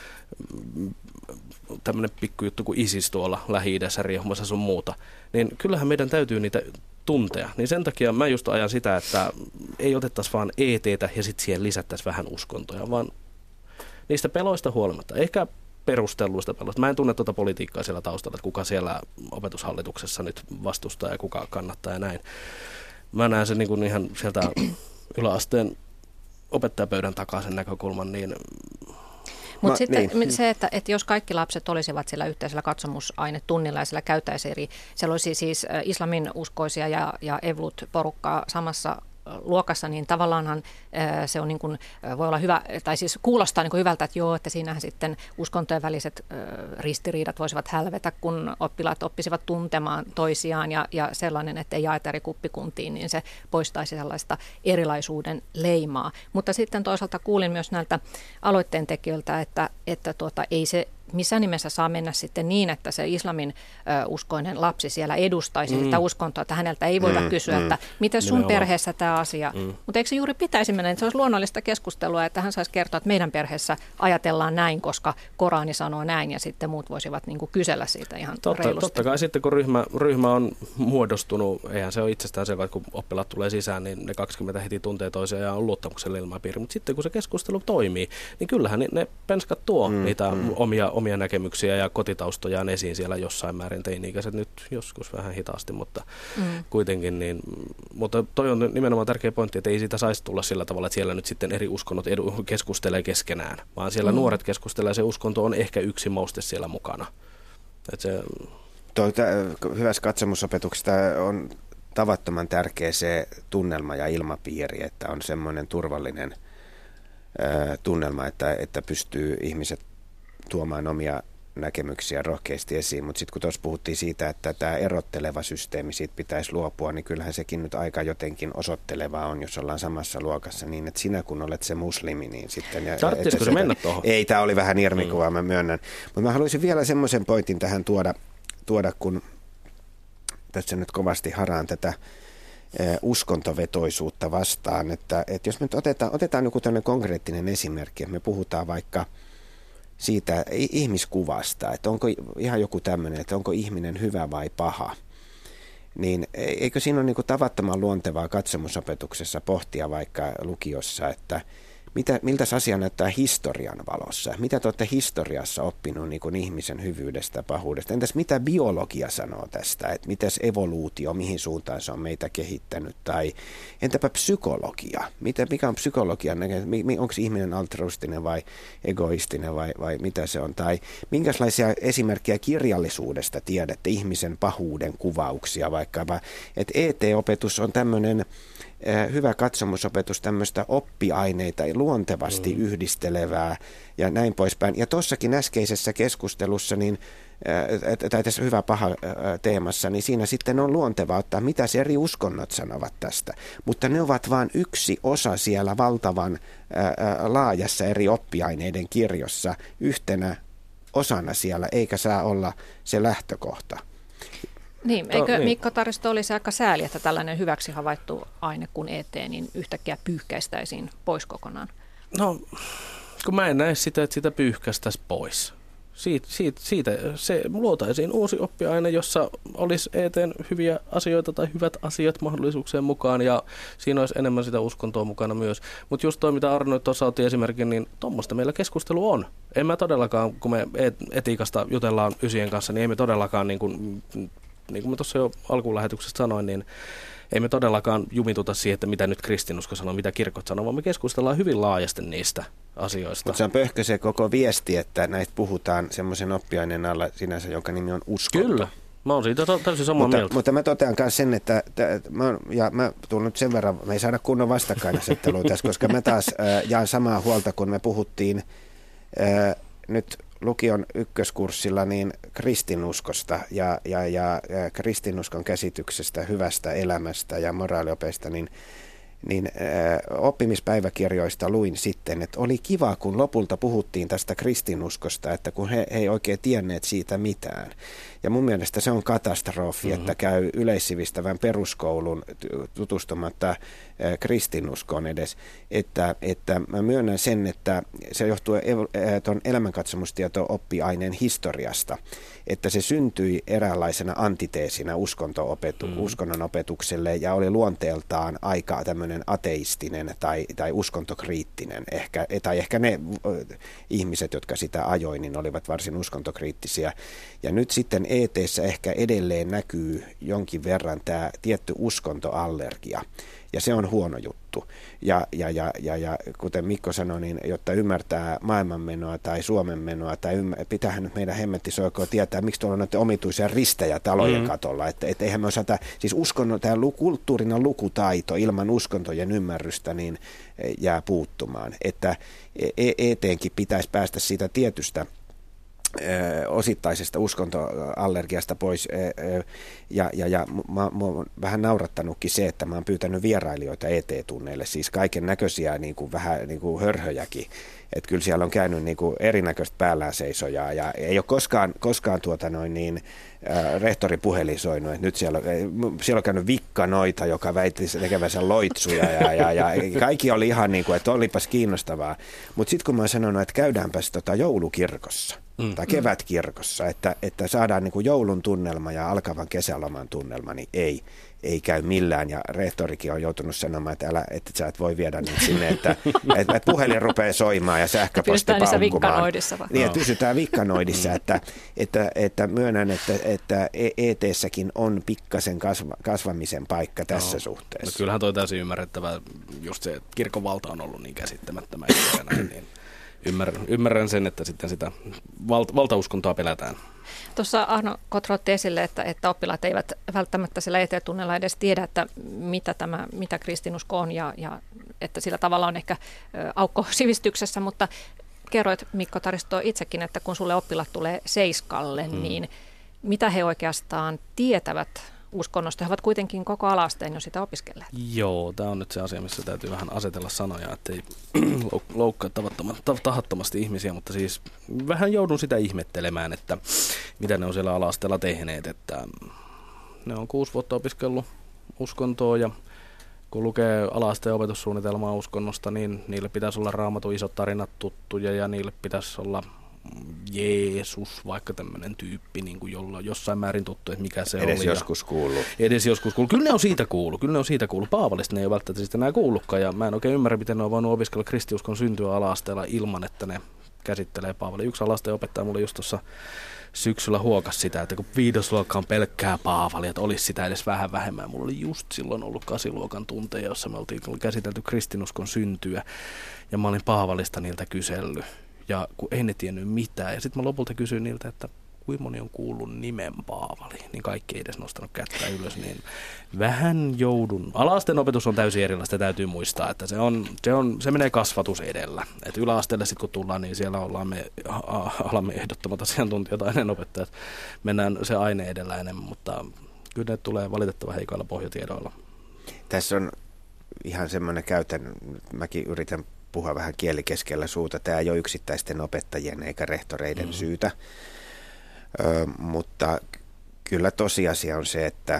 tämmöinen pikkujuttu kuin ISIS tuolla Lähi-idässä riehumassa sun muuta, niin kyllähän meidän täytyy niitä tuntea. Niin sen takia mä just ajan sitä, että ei otettaisi vaan ET:tä ja sitten siihen lisättäisiin vähän uskontoja, vaan niistä peloista huolimatta. Ehkä perustelluista peloista. Mä en tunne tuota politiikkaa siellä taustalla, että kuka siellä opetushallituksessa nyt vastustaa ja kuka kannattaa ja näin. Mä näen sen niin kuin ihan sieltä yläasteen opettajapöydän takaa sen näkökulman, niin mutta sitten se, että jos kaikki lapset olisivat siellä yhteisellä katsomusainetunnilla ja siellä käytäisiin siellä olisi siis islamin uskoisia ja evlut porukkaa samassa luokassa, niin tavallaanhan se on niin kuin, voi olla hyvä, tai siis kuulostaa niin kuin hyvältä, että joo, että siinähän sitten uskontojen väliset ristiriidat voisivat hälvetä, kun oppilaat oppisivat tuntemaan toisiaan ja sellainen, että ei jaeta eri kuppikuntiin, niin se poistaisi sellaista erilaisuuden leimaa. Mutta sitten toisaalta kuulin myös näiltä aloitteen tekijöiltä, että ei se missään nimessä saa mennä sitten niin, että se islamin uskoinen lapsi siellä edustaisi sitä uskontoa, että häneltä ei voida kysyä, että miten sun perheessä tämä asia. Mutta eikö se juuri pitäisi mennä, että se olisi luonnollista keskustelua, että hän saisi kertoa, että meidän perheessä ajatellaan näin, koska Korani sanoo näin, ja sitten muut voisivat niin kuin kysellä siitä ihan reilusti. Totta kai sitten, kun ryhmä on muodostunut, eihän se ole itsestään selvä, että kun oppilaat tulee sisään, niin ne 20 heti tuntee toisiaan ja on luottamuksellinen ilmapiiri. Mutta sitten kun se keskustelu toimii, niin kyllähän ne penskat tuo niitä omia näkemyksiä ja kotitaustojaan esiin siellä jossain määrin, teini-ikäiset nyt joskus vähän hitaasti, mutta kuitenkin. Niin, mutta toi on nimenomaan tärkeä pointti, että ei siitä saisi tulla sillä tavalla, että siellä nyt sitten eri uskonnot keskustelee keskenään, vaan siellä nuoret keskustelee ja se uskonto on ehkä yksi mauste siellä mukana. Hyvässä katsomusopetuksessa on tavattoman tärkeä se tunnelma ja ilmapiiri, että on semmoinen turvallinen tunnelma, että pystyy ihmiset tuomaan omia näkemyksiä rohkeasti esiin, mutta sitten kun tuossa puhuttiin siitä, että tämä erotteleva systeemi siitä pitäisi luopua, niin kyllähän sekin nyt aika jotenkin osoittelevaa on, jos ollaan samassa luokassa, niin että sinä kun olet se muslimi, niin sitten... Tarvitsisiko se mennä tuohon? Ei, tämä oli vähän irmikuvaa, mä myönnän. Mutta mä haluaisin vielä semmoisen pointin tähän tuoda, kun tässä nyt kovasti haraan tätä uskontovetoisuutta vastaan, että jos me otetaan joku tämmöinen konkreettinen esimerkki, että me puhutaan vaikka siitä ihmiskuvasta, että onko ihan joku tämmöinen, että onko ihminen hyvä vai paha, niin eikö siinä ole niin kuin tavattoman luontevaa katsomusopetuksessa pohtia vaikka lukiossa, että miltä asia näyttää historian valossa? Mitä te olette historiassa oppinut niin kuin ihmisen hyvyydestä, pahuudesta? Entäs mitä biologia sanoo tästä? Että mitäs evoluutio, mihin suuntaan se on meitä kehittänyt? Tai entäpä psykologia? Mikä on psykologian näkemys? Onko ihminen altruistinen vai egoistinen vai mitä se on? Tai minkälaisia esimerkkejä kirjallisuudesta tiedätte ihmisen pahuuden kuvauksia vaikkapa? Että ET-opetus on tämmöinen hyvä katsomusopetus, tämmöistä oppiaineita luontevasti yhdistelevää ja näin poispäin. Ja tuossakin äskeisessä keskustelussa, niin, tai tässä hyvä paha teemassa, niin siinä sitten on luontevaa ottaa, mitä eri uskonnot sanovat tästä. Mutta ne ovat vain yksi osa siellä valtavan laajassa eri oppiaineiden kirjossa yhtenä osana siellä, eikä saa olla se lähtökohta. Niin, eikö Mikko Taristo olisi aika sääli, että tällainen hyväksi havaittu aine kuin ET, niin yhtäkkiä pyyhkäistäisiin pois kokonaan? No, kun mä en näe sitä, että sitä pyyhkäistäisi pois. Siitä se luotaisiin uusi oppiaine, jossa olisi ET:n hyviä asioita tai hyvät asiat mahdollisuuksien mukaan, ja siinä olisi enemmän sitä uskontoa mukana myös. Mutta just toi, mitä Arno tuossa otti esimerkin, niin tuommoista meillä keskustelu on. En mä todellakaan, kun me etiikasta jutellaan ysien kanssa, niin ei me todellakaan niin kuin mä tuossa jo alkuun lähetyksestä sanoin, niin ei me todellakaan jumituta siihen, että mitä nyt kristinusko sanoo, mitä kirkot sanoo, vaan me keskustellaan hyvin laajasti niistä asioista. Mutta se on pöhköse koko viesti, että näistä puhutaan semmoisen oppiaineen alla sinänsä, jonka nimi on uskonto. Kyllä, mä oon siitä täysin samaa mieltä. Mutta mä totean myös sen, että mä tulen nyt sen verran, me ei saada kunnon vastakkainasettelua tässä, koska mä taas jaan samaa huolta, kun me puhuttiin nyt lukion ykköskurssilla niin kristinuskosta ja kristinuskon käsityksestä, hyvästä elämästä ja moraaliopeista, niin oppimispäiväkirjoista luin sitten, että oli kiva, kun lopulta puhuttiin tästä kristinuskosta, että kun he ei oikein tienneet siitä mitään. Ja mun mielestä se on katastrofi, että käy yleissivistävän peruskoulun tutustumatta kristinuskoon edes. Että mä myönnän sen, että se johtuu tuon elämänkatsomustieto-oppiaineen historiasta, että se syntyi eräänlaisena antiteesinä uskonnon opetukselle ja oli luonteeltaan aika tämmöinen ateistinen tai uskontokriittinen. Ehkä ne ihmiset, jotka sitä ajoi, niin olivat varsin uskontokriittisiä. Ja nyt sitten ET:ssä ehkä edelleen näkyy jonkin verran tämä tietty uskontoallergia. Ja se on huono juttu. Ja kuten Mikko sanoi, niin jotta ymmärtää maailmanmenoa tai Suomen menoa, tai pitäähän nyt meidän hemmettisoikoa tietää, miksi tuolla on näitä omituisia ristejä talojen katolla. Että eihän me osata, siis tämä kulttuurinen lukutaito ilman uskontojen ymmärrystä niin jää puuttumaan. Että eteenkin pitäisi päästä siitä tietystä osittaisesta uskontoallergiasta pois. Mä oon vähän naurattanutkin se, että mä oon pyytänyt vierailijoita ET-tunneille, siis kaiken näköisiä niin kuin vähän niin kuin hörhöjäkin. Että kyllä siellä on käynyt niin kuin erinäköistä päällään seisojaa ja ei ole koskaan rehtori puhelin soinut. Että nyt siellä on käynyt vikkanoita, joka väitti tekevänsä loitsuja ja kaikki oli ihan niin kuin, että olipas kiinnostavaa. Mutta sitten kun mä oon sanonut, että käydäänpäs joulukirkossa tai kevätkirkossa, että saadaan niin kuin joulun tunnelma ja alkavan kesäloman tunnelma, niin ei käy millään. Ja rehtorikin on joutunut sanomaan, että sä et voi viedä niitä sinne, että puhelin rupeaa soimaan ja sähköposti paukkumaan. Niin, että pysytään vikkanoidissa, että myönnän, että ET-säkin on pikkasen kasvamisen paikka tässä suhteessa. No kyllähän toi täysin ymmärrettävää, just se, että kirkon valta on ollut niin käsittämättömän niin ymmärrän sen, että sitten sitä valtauskontoa pelätään. Tuossa Arno Kotro otti esille, että oppilaat eivät välttämättä sillä ET-tunnella edes tiedä, että mitä kristinusko on ja että sillä tavalla on ehkä aukko sivistyksessä, mutta kerroit Mikko Taristo itsekin, että kun sulle oppilaat tulee seiskalle, niin mitä he oikeastaan tietävät uskonnosta? He ovat kuitenkin koko ala-asteen jo sitä opiskelleet. Joo, tämä on nyt se asia, missä täytyy vähän asetella sanoja, ettei loukkaa tahattomasti ihmisiä, mutta siis vähän joudun sitä ihmettelemään, että mitä ne on siellä ala-asteella tehneet, että ne on 6 vuotta opiskellut uskontoa ja kun lukee ala-asteen opetussuunnitelmaa uskonnosta, niin niille pitäisi olla Raamatun isot tarinat tuttuja ja niille pitäisi olla Jeesus, vaikka tämmöinen tyyppi, niin kuin jolla jossain määrin tuttu, että mikä se edes oli. Joskus kuullut. Edes joskus kuullut. Kyllä ne on siitä kuullut. Paavalista ne ei ole välttämättä sitten enää kuullutkaan. Ja mä en oikein ymmärrä, miten ne on voinut opiskella kristiuskon syntyä ala-asteella ilman, että ne käsittelee Paavalia. Yksi ala-asteen opettaja mulle just tuossa syksyllä huokas sitä, että kun 5. luokka on pelkkää Paavalia, että olisi sitä edes vähän vähemmän. Mulla oli just silloin ollut 8. luokan tunteja, jossa me oltiin käsitelty kristinuskon syntyä. Ja mä olin Paavalista niiltä kysellyt. Ja kun ei ne tiennyt mitään. Ja sitten mä lopulta kysyin niiltä, että kuinka moni on kuullut nimen Paavali. Niin kaikki ei edes nostanut kättä ylös. Niin vähän joudun. Ala-asteen opetus on täysin erilaista, täytyy muistaa, että se menee kasvatus edellä. Et yläasteelle sitten kun tullaan, niin siellä ollaan me alamme ehdottomat asiantuntijat, aineenopettajat. Mennään se aine edellä enemmän, mutta kyllä ne tulee valitettavan heikoilla pohjatiedoilla. Tässä on ihan semmoinen käytännön, mäkin yritän puhua vähän kieli keskellä suuta. Tämä ei ole yksittäisten opettajien eikä rehtoreiden syytä, mutta kyllä tosiasia on se, että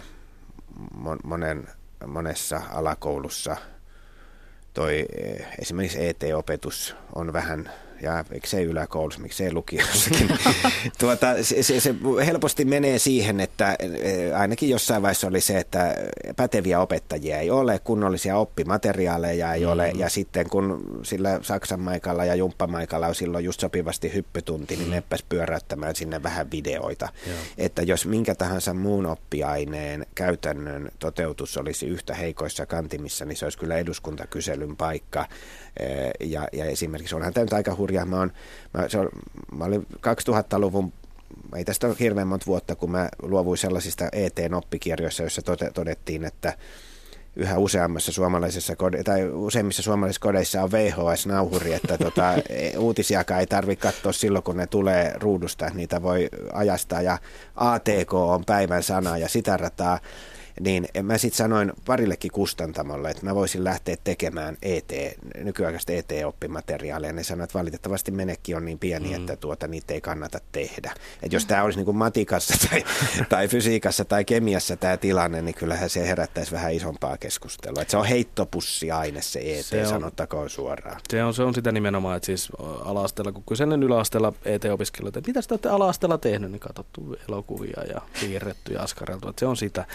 monessa alakoulussa toi esimerkiksi ET-opetus on vähän, ja miksei yläkoulussa, miksei lukiossakin. Se helposti menee siihen, että ainakin jossain vaiheessa oli se, että päteviä opettajia ei ole, kunnollisia oppimateriaaleja ei ole, ja sitten kun sillä Saksan maikalla ja jumppamaikalla on silloin just sopivasti hyppytunti, niin neppäs pyöräyttämään sinne vähän videoita. Että jos minkä tahansa muun oppiaineen käytännön toteutus olisi yhtä heikoissa kantimissa, niin se olisi kyllä eduskuntakyselyn paikka. Ja esimerkiksi onhan tämä nyt aika hurjaa. Mä olin 2000-luvun, ei tästä ole hirveän monta vuotta, kun mä luovuin sellaisista ET-oppikirjoissa, joissa todettiin, että yhä useimmissa suomalaisissa kodeissa on VHS-nauhuri, että uutisiakaan ei tarvitse katsoa silloin, kun ne tulee ruudusta, että niitä voi ajastaa, ja ATK on päivän sana ja sitä niin mä sitten sanoin parillekin kustantamolle, että mä voisin lähteä tekemään nykyaikaista ET-oppimateriaalia. Ne sanoivat, että valitettavasti menekki on niin pieni, että niitä ei kannata tehdä. Että jos tämä olisi niin kuin matikassa tai fysiikassa tai kemiassa tämä tilanne, niin kyllähän se herättäisi vähän isompaa keskustelua. Että se on heittopussiaine se ET, sanottakoon suoraan. Se on sitä nimenomaan, että siis ala-asteella, kun kyseinen yläasteella ET-opiskelijoita, että mitä te olette ala-asteella tehnyt, niin katsottu elokuvia ja piirretty ja askareltu. Että se on sitä. Ja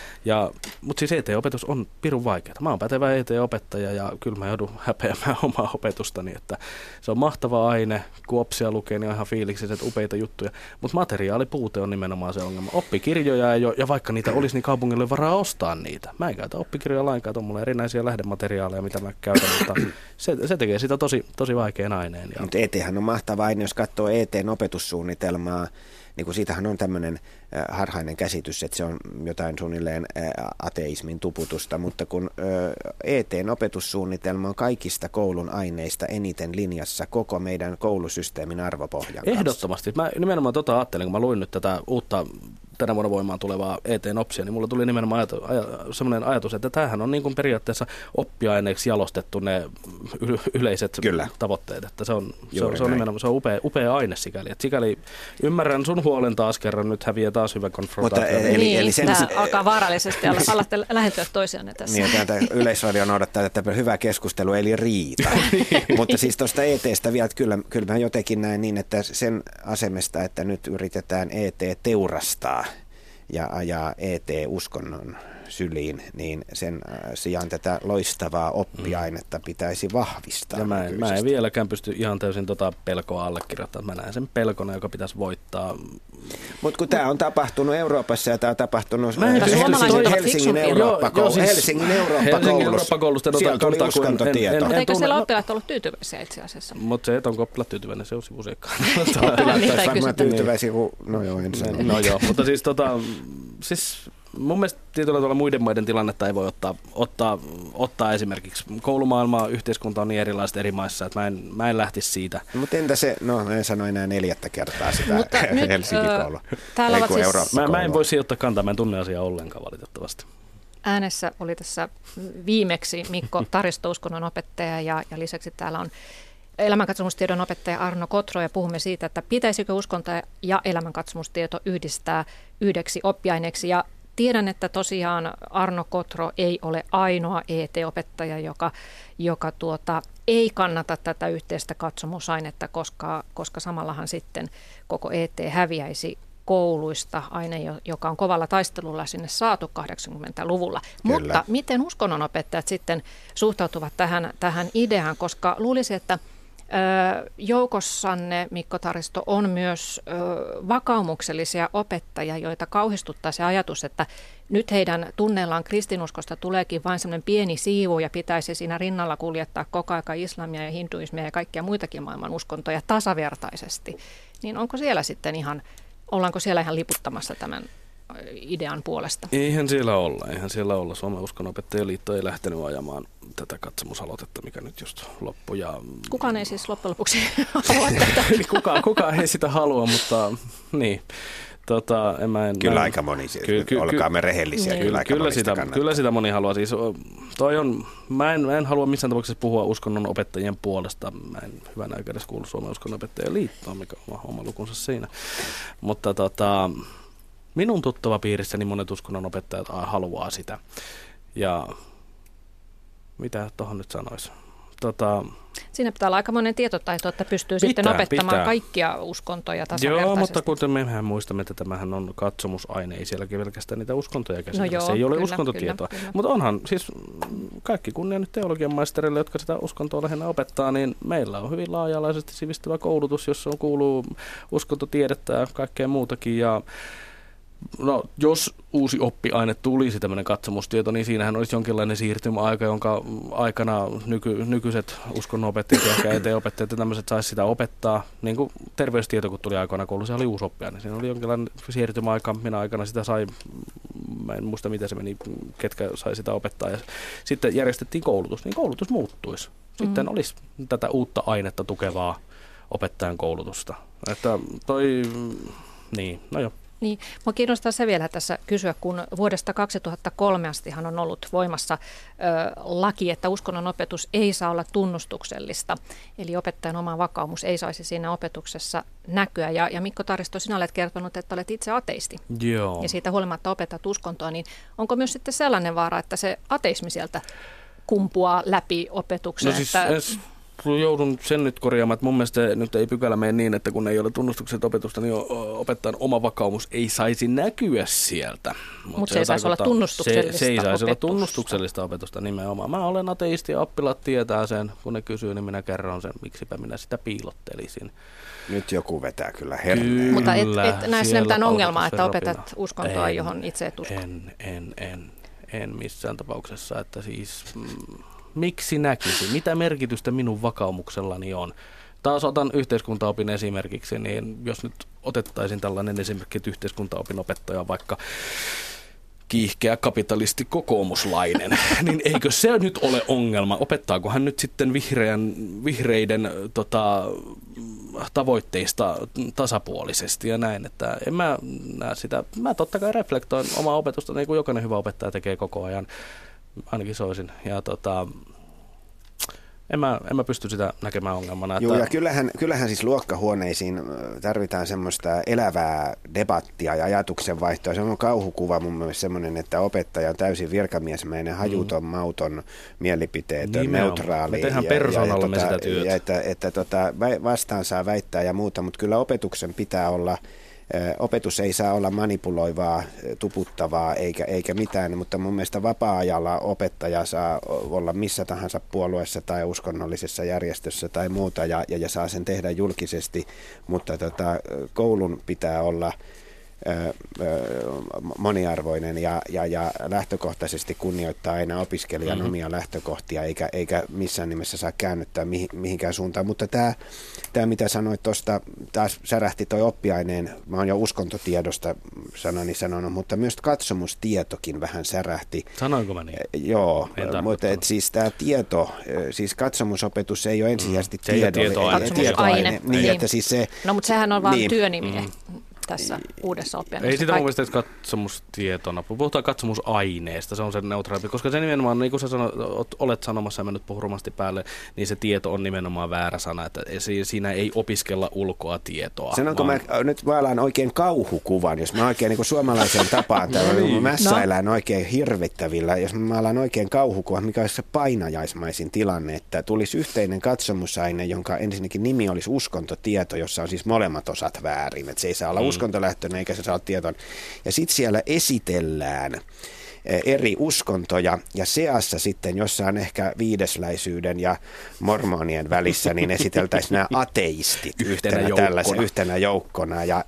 Mutta siis ET-opetus on pirun vaikeaa. Mä oon pätevä ET-opettaja ja kyllä mä joudun häpeämään omaa opetustani, että se on mahtava aine, kun OPSia lukee, niin on ihan fiiliksiset, upeita juttuja, mutta materiaalipuute on nimenomaan se ongelma. Oppikirjoja ei ole, ja vaikka niitä olisi, niin kaupungille varaa ostaa niitä. Mä en käytä oppikirjoja lainkaan, on mulla erinäisiä lähdemateriaaleja, mitä mä käytän, mutta se tekee sitä tosi vaikean aineen. Mutta ET:hän on mahtava aine, jos katsoo ET:n opetussuunnitelmaa, niin kuin siitähän on tämmöinen harhainen käsitys, että se on jotain suunnilleen ateismin tuputusta, mutta kun ET:n opetussuunnitelma on kaikista koulun aineista eniten linjassa koko meidän koulusysteemin arvopohjan kanssa. Ehdottomasti. Mä nimenomaan ajattelin, kun mä luin nyt tätä uutta tänä vuonna voimaan tulevaa ET-opsia, niin mulla tuli nimenomaan sellainen ajatus, että tämähän on niin kuin periaatteessa oppiaineeksi jalostettu ne yleiset tavoitteet, että se on nimenomaan se on upea aine sikäli. Et sikäli ymmärrän sun huolen taas kerran, nyt häviää taas hyvä konfrontaatio. Eli tämä alkaa vaarallisesti alatte lähentyä toisianne tässä. Niin, täältä Yleisradio noudattaa tätä hyvää keskustelua, eli riita. Mutta siis tuosta ET:stä vielä, että kyllä mä jotenkin näen niin, että sen asemesta, että nyt yritetään ET teurastaa ja ET-uskonnon syliin, niin sen sijaan tätä loistavaa oppiainetta pitäisi vahvistaa. Ja mä en vieläkään pysty ihan täysin pelkoa allekirjoittamaan. Mä näen sen pelkona, joka pitäisi voittaa. Mutta kun tämä on tapahtunut Euroopassa ja tämä on tapahtunut Helsingin Eurooppa-koulussa. Sieltä tuli uskontotieto. Mutta eikö siellä oppilaat ollut tyytyväisiä itse asiassa? Mutta se, että onko oppilaat tyytyväinen, se on sivuseikkaa. Oppilaat olisivat varmaan tyytyväisiä, no joo, en sano. No joo, mutta siis mun mielestä tietyllä tavalla muiden maiden tilannetta ei voi ottaa esimerkiksi koulumaailmaa, yhteiskunta on niin erilaiset eri maissa, että mä en lähtisi siitä. Mutta entä se, en sano enää 4. kertaa sitä Helsinki-koulua. Mä en voi sijoittaa kantaa, mä en tunne asiaa ollenkaan valitettavasti. Äänessä oli tässä viimeksi Mikko Taristo, uskonnon opettaja, ja lisäksi täällä on elämänkatsomustiedon opettaja Arno Kotro, ja puhumme siitä, että pitäisikö uskonto ja elämänkatsomustieto yhdistää yhdeksi oppiaineeksi. Ja tiedän, että tosiaan Arno Kotro ei ole ainoa ET-opettaja, joka ei kannata tätä yhteistä katsomusainetta, koska samallahan sitten koko ET häviäisi kouluista, aine, joka on kovalla taistelulla sinne saatu 80-luvulla. Kyllä. Mutta miten uskonnonopettajat sitten suhtautuvat tähän ideaan, koska luulisin, että joukossanne, Mikko Taristo, on myös vakaumuksellisia opettajia, joita kauhistuttaa se ajatus, että nyt heidän tunneillaan kristinuskosta tuleekin vain semmoinen pieni siivu ja pitäisi siinä rinnalla kuljettaa koko aika islamia ja hinduismia ja kaikkia muitakin maailman uskontoja tasavertaisesti. Niin onko siellä sitten ollaanko siellä ihan liputtamassa tämän idean puolesta? Eihän siellä olla. Suomen uskonnonopettajaliitto ei lähtenyt ajamaan tätä katsomusaloitetta, mikä nyt just loppui. Kukaan ei siis loppujen lopuksi halua tätä. Kukaan ei sitä halua, mutta niin. Kyllä aika moni, olkaamme rehellisiä, niin, kyllä aika moni sitä kannattaa. Kyllä sitä moni haluaa. Siis, mä en halua missään tapauksessa puhua uskonnon opettajien puolesta. Mä en hyvänä aikaa edes kuulu Suomen uskonnonopettajien liittoon, mikä on oma lukunsa siinä. Mutta minun tuttava piirissäni monet uskonnon opettajat haluaa sitä. Ja mitä tuohon nyt sanoisi? Siinä pitää olla aikamoinen tietotaito, että pystyy sitten opettamaan kaikkia uskontoja tasavertaisesti. Joo, mutta kuten mehän muistamme, että tämähän on katsomusaine, ei sielläkin pelkästään niitä uskontoja käsitellä. Se ei ole uskontotietoa. Mutta onhan siis kaikki kunnia nyt teologian maisterille, jotka sitä uskontoa lähinnä opettaa, niin meillä on hyvin laaja-alaisesti sivistävä koulutus, jossa kuuluu uskontotiedettä ja kaikkea muutakin. Ja no, jos uusi oppiaine tulisi tämmöinen katsomustieto, niin siinähän olisi jonkinlainen siirtymäaika, jonka aikana nykyiset uskonnonopettajat ja ehkä ET-opettajat ja tämmöiset saisi sitä opettaa. Niin kuin terveystieto, kun tuli aikoina koulussa, oli uusi oppiaine. Siinä oli jonkinlainen siirtymäaika, minä aikana sitä sai, mä en muista miten se meni, ketkä sai sitä opettaa. Ja sitten järjestettiin koulutus, niin koulutus muuttuisi. Sitten olisi tätä uutta ainetta tukevaa opettajan koulutusta. Että no joo. Niin, minua kiinnostaa se vielä tässä kysyä, kun vuodesta 2003 astihan on ollut voimassa laki, että uskonnon opetus ei saa olla tunnustuksellista. Eli opettajan oma vakaumus ei saisi siinä opetuksessa näkyä. Ja Mikko Taristo, sinä olet kertonut, että olet itse ateisti. Joo. Ja siitä huolimatta opetat uskontoa, niin onko myös sitten sellainen vaara, että se ateismi sieltä kumpuaa läpi opetuksen? No siis, joudun sen nyt korjaamaan, että mun mielestä nyt ei pykälä mene niin, että kun ei ole tunnustukset opetusta, niin opettajan oma vakaumus ei saisi näkyä sieltä. Mutta se ei saisi olla tunnustuksellista se ei saisi opetusta. olla tunnustuksellista opetusta nimenomaan. Mä olen ateisti ja oppilaat tietää sen. Kun ne kysyy, niin minä kerron sen, miksipä minä sitä piilottelisin. Nyt joku vetää kyllä herneen. Mutta et näe sinne mitään ongelmaa, että opetat uskontoa, johon itse et usko. En missään tapauksessa, että siis miksi näkisi? Mitä merkitystä minun vakaumuksellani on? Taas otan yhteiskuntaopin esimerkiksi, niin jos nyt otettaisiin tällainen esimerkki, että yhteiskuntaopin opettaja vaikka kiihkeä kapitalisti kokoomuslainen, niin eikö se nyt ole ongelma? Opettaako hän nyt sitten vihreiden tavoitteista tasapuolisesti ja näin, että en mä näe sitä. Mä totta kai reflektoin omaa opetusta, niin kuin jokainen hyvä opettaja tekee koko ajan, ainakin soisin. Ja en mä pysty sitä näkemään ongelmana. Joo, ja kyllähän siis luokkahuoneisiin tarvitaan semmoista elävää debattia ja ajatuksenvaihtoa. Se on kauhukuva mun mielestä semmoinen, että opettaja on täysin virkamiesmäinen, hajuton, mauton, mielipiteetön, neutraali. Me tehdään persoonallamme sitä työtä. Ja että vastaan saa väittää ja muuta, mutta kyllä opetuksen pitää olla. Opetus ei saa olla manipuloivaa, tuputtavaa eikä mitään, mutta mun mielestä vapaa-ajalla opettaja saa olla missä tahansa puolueessa tai uskonnollisessa järjestössä tai muuta ja saa sen tehdä julkisesti, mutta koulun pitää olla moniarvoinen ja lähtökohtaisesti kunnioittaa aina opiskelijan omia lähtökohtia eikä missään nimessä saa käännyttää mihinkään suuntaan. Mutta tämä mitä sanoit tuosta, taas särähti toi oppiaineen, mä oon jo uskontotiedosta sanonut, mutta myös katsomustietokin vähän särähti. Sanoinko mä niin? Joo, mutta siis tämä tieto, siis katsomusopetus ei ole ensisijaisesti tietoaine. Niin, että siis se, no mutta sehän on vaan työnimi. Tässä uudessa oppiaineessa. Ei sitä mun mielestä katsomustietona. Puhutaan katsomusaineesta, se on se neutraali, koska se nimenomaan, niin kuin sä olet sanomassa ja mä nyt puhun rumasti päälle, niin se tieto on nimenomaan väärä sana, että siinä ei opiskella ulkoa tietoa. Sanonko mä nyt maalaan oikein kauhukuvan, jos mä oikein niin kuin suomalaisen tapaan mässäillään oikein hirvittävillä, jos mä maalaan oikein kauhukuvan, mikä olisi se painajaismaisin tilanne, että tulisi yhteinen katsomusaine, jonka ensinnäkin nimi olisi uskontotieto, jossa on siis molemmat osat väärin, että se ei saa olla uskontolähtöinen eikä se saa tietoon. Ja sitten siellä esitellään eri uskontoja ja seassa sitten jossain ehkä viidesläisyyden ja mormonien välissä niin esiteltäisiin nämä ateistit yhtenä joukkona ja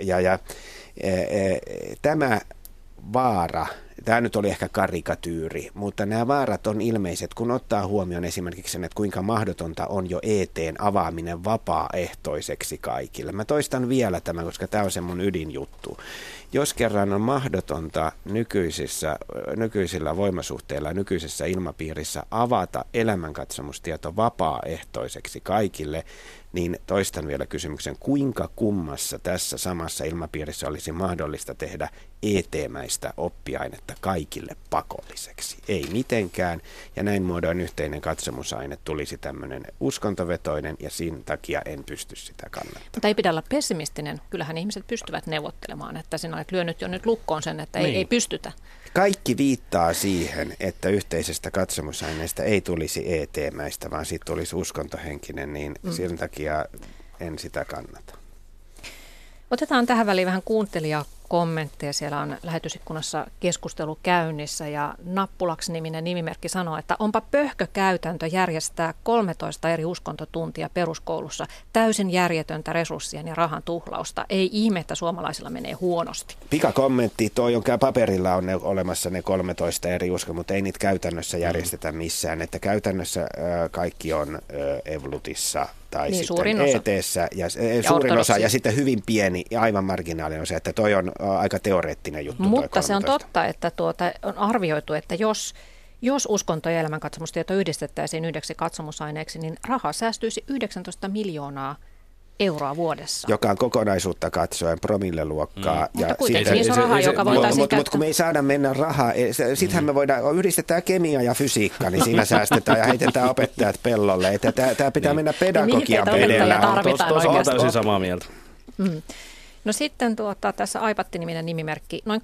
tämä vaara, tämä nyt oli ehkä karikatyyri, mutta nämä vaarat on ilmeiset, kun ottaa huomioon esimerkiksi sen, että kuinka mahdotonta on jo ET:n avaaminen vapaaehtoiseksi kaikille. Mä toistan vielä tämän, koska tämä on se mun ydinjuttu. Jos kerran on mahdotonta nykyisillä voimasuhteilla, nykyisessä ilmapiirissä avata elämänkatsomustieto vapaaehtoiseksi kaikille, niin toistan vielä kysymyksen, kuinka kummassa tässä samassa ilmapiirissä olisi mahdollista tehdä ET-mäistä oppiainetta kaikille pakolliseksi? Ei mitenkään, ja näin muodoin yhteinen katsomusaine tulisi tämmöinen uskontovetoinen, ja siinä takia en pysty sitä kannattamaan. Mutta ei pidä olla pessimistinen. Kyllähän ihmiset pystyvät neuvottelemaan, että sinä olet lyönyt jo nyt lukkoon sen, että ei pystytä. Kaikki viittaa siihen, että yhteisestä katsomusaineesta ei tulisi ET-mäistä, vaan siitä tulisi uskontohenkinen, niin sen takia en sitä kannata. Otetaan tähän väliin vähän kuuntelijakommentteja. Siellä on lähetysikkunassa keskustelu käynnissä ja Nappulaksi-niminen nimimerkki sanoo, että onpa pöhkökäytäntö järjestää 13 eri uskontotuntia peruskoulussa. Täysin järjetöntä resurssien ja rahan tuhlausta. Ei ihme, että suomalaisilla menee huonosti. Pikakommentti, jonka paperilla on olemassa ne 13 eri uskontoa, mutta ei niitä käytännössä järjestetä missään. Että käytännössä kaikki on Evlutissa tai niin, sitten ET:ssä ja suurin osa ja sitten hyvin pieni ja aivan marginaalinen osa, että toi on aika teoreettinen juttu. Mutta se on totta, että on arvioitu, että jos uskonto- ja elämänkatsomustieto yhdistettäisiin yhdeksi katsomusaineeksi, niin rahaa säästyisi 19 miljoonaa euroa vuodessa. Joka on kokonaisuutta katsoen promilleluokkaa. Mutta kuitenkin iso raha, joka voitaisiin käyttää. Mutta kun me ei saada mennä rahaa, sittenhän me yhdistetään kemia ja fysiikka, niin siinä säästetään ja heitetään opettajat pellolle. Tämä pitää mennä pedagogian pedellä. Tuossa on täysin samaa mieltä. No sitten tässä Aipatti-niminen nimimerkki. Noin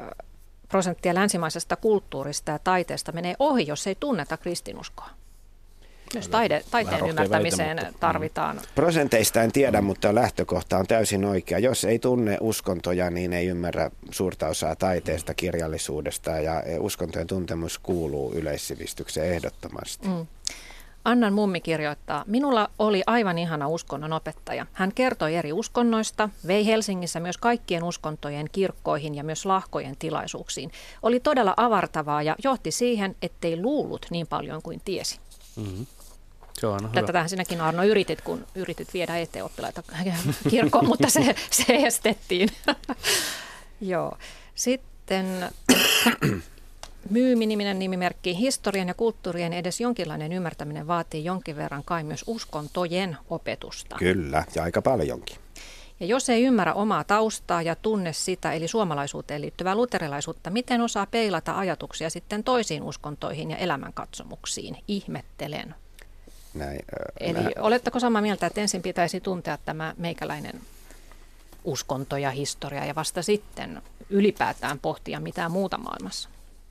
80% länsimaisesta kulttuurista ja taiteesta menee ohi, jos ei tunneta kristinuskoa. Myös taiteen ymmärtämiseen tarvitaan. Prosenteista en tiedä, mutta lähtökohta on täysin oikea. Jos ei tunne uskontoja, niin ei ymmärrä suurta osaa taiteesta, kirjallisuudesta, ja uskontojen tuntemus kuuluu yleissivistykseen ehdottomasti. Annan mummi kirjoittaa, minulla oli aivan ihana uskonnon opettaja. Hän kertoi eri uskonnoista, vei Helsingissä myös kaikkien uskontojen kirkkoihin ja myös lahkojen tilaisuuksiin. Oli todella avartavaa ja johti siihen, ettei luullut niin paljon kuin tiesi. Mm-hmm. Se on hyvä. Tätähän sinäkin, Arno, yritit, kun yritit viedä ET-oppilaita kirkkoon, mutta se estettiin. Joo. Sitten Myymi-niminen nimimerkki. Historian ja kulttuurien edes jonkinlainen ymmärtäminen vaatii jonkin verran kai myös uskontojen opetusta. Kyllä, ja aika paljonkin. Ja jos ei ymmärrä omaa taustaa ja tunne sitä, eli suomalaisuuteen liittyvää luterilaisuutta, miten osaa peilata ajatuksia sitten toisiin uskontoihin ja elämänkatsomuksiin? Ihmettelen. Eli oletteko samaa mieltä, että ensin pitäisi tuntea tämä meikäläinen uskonto ja historia ja vasta sitten ylipäätään pohtia mitään muuta maailmassa?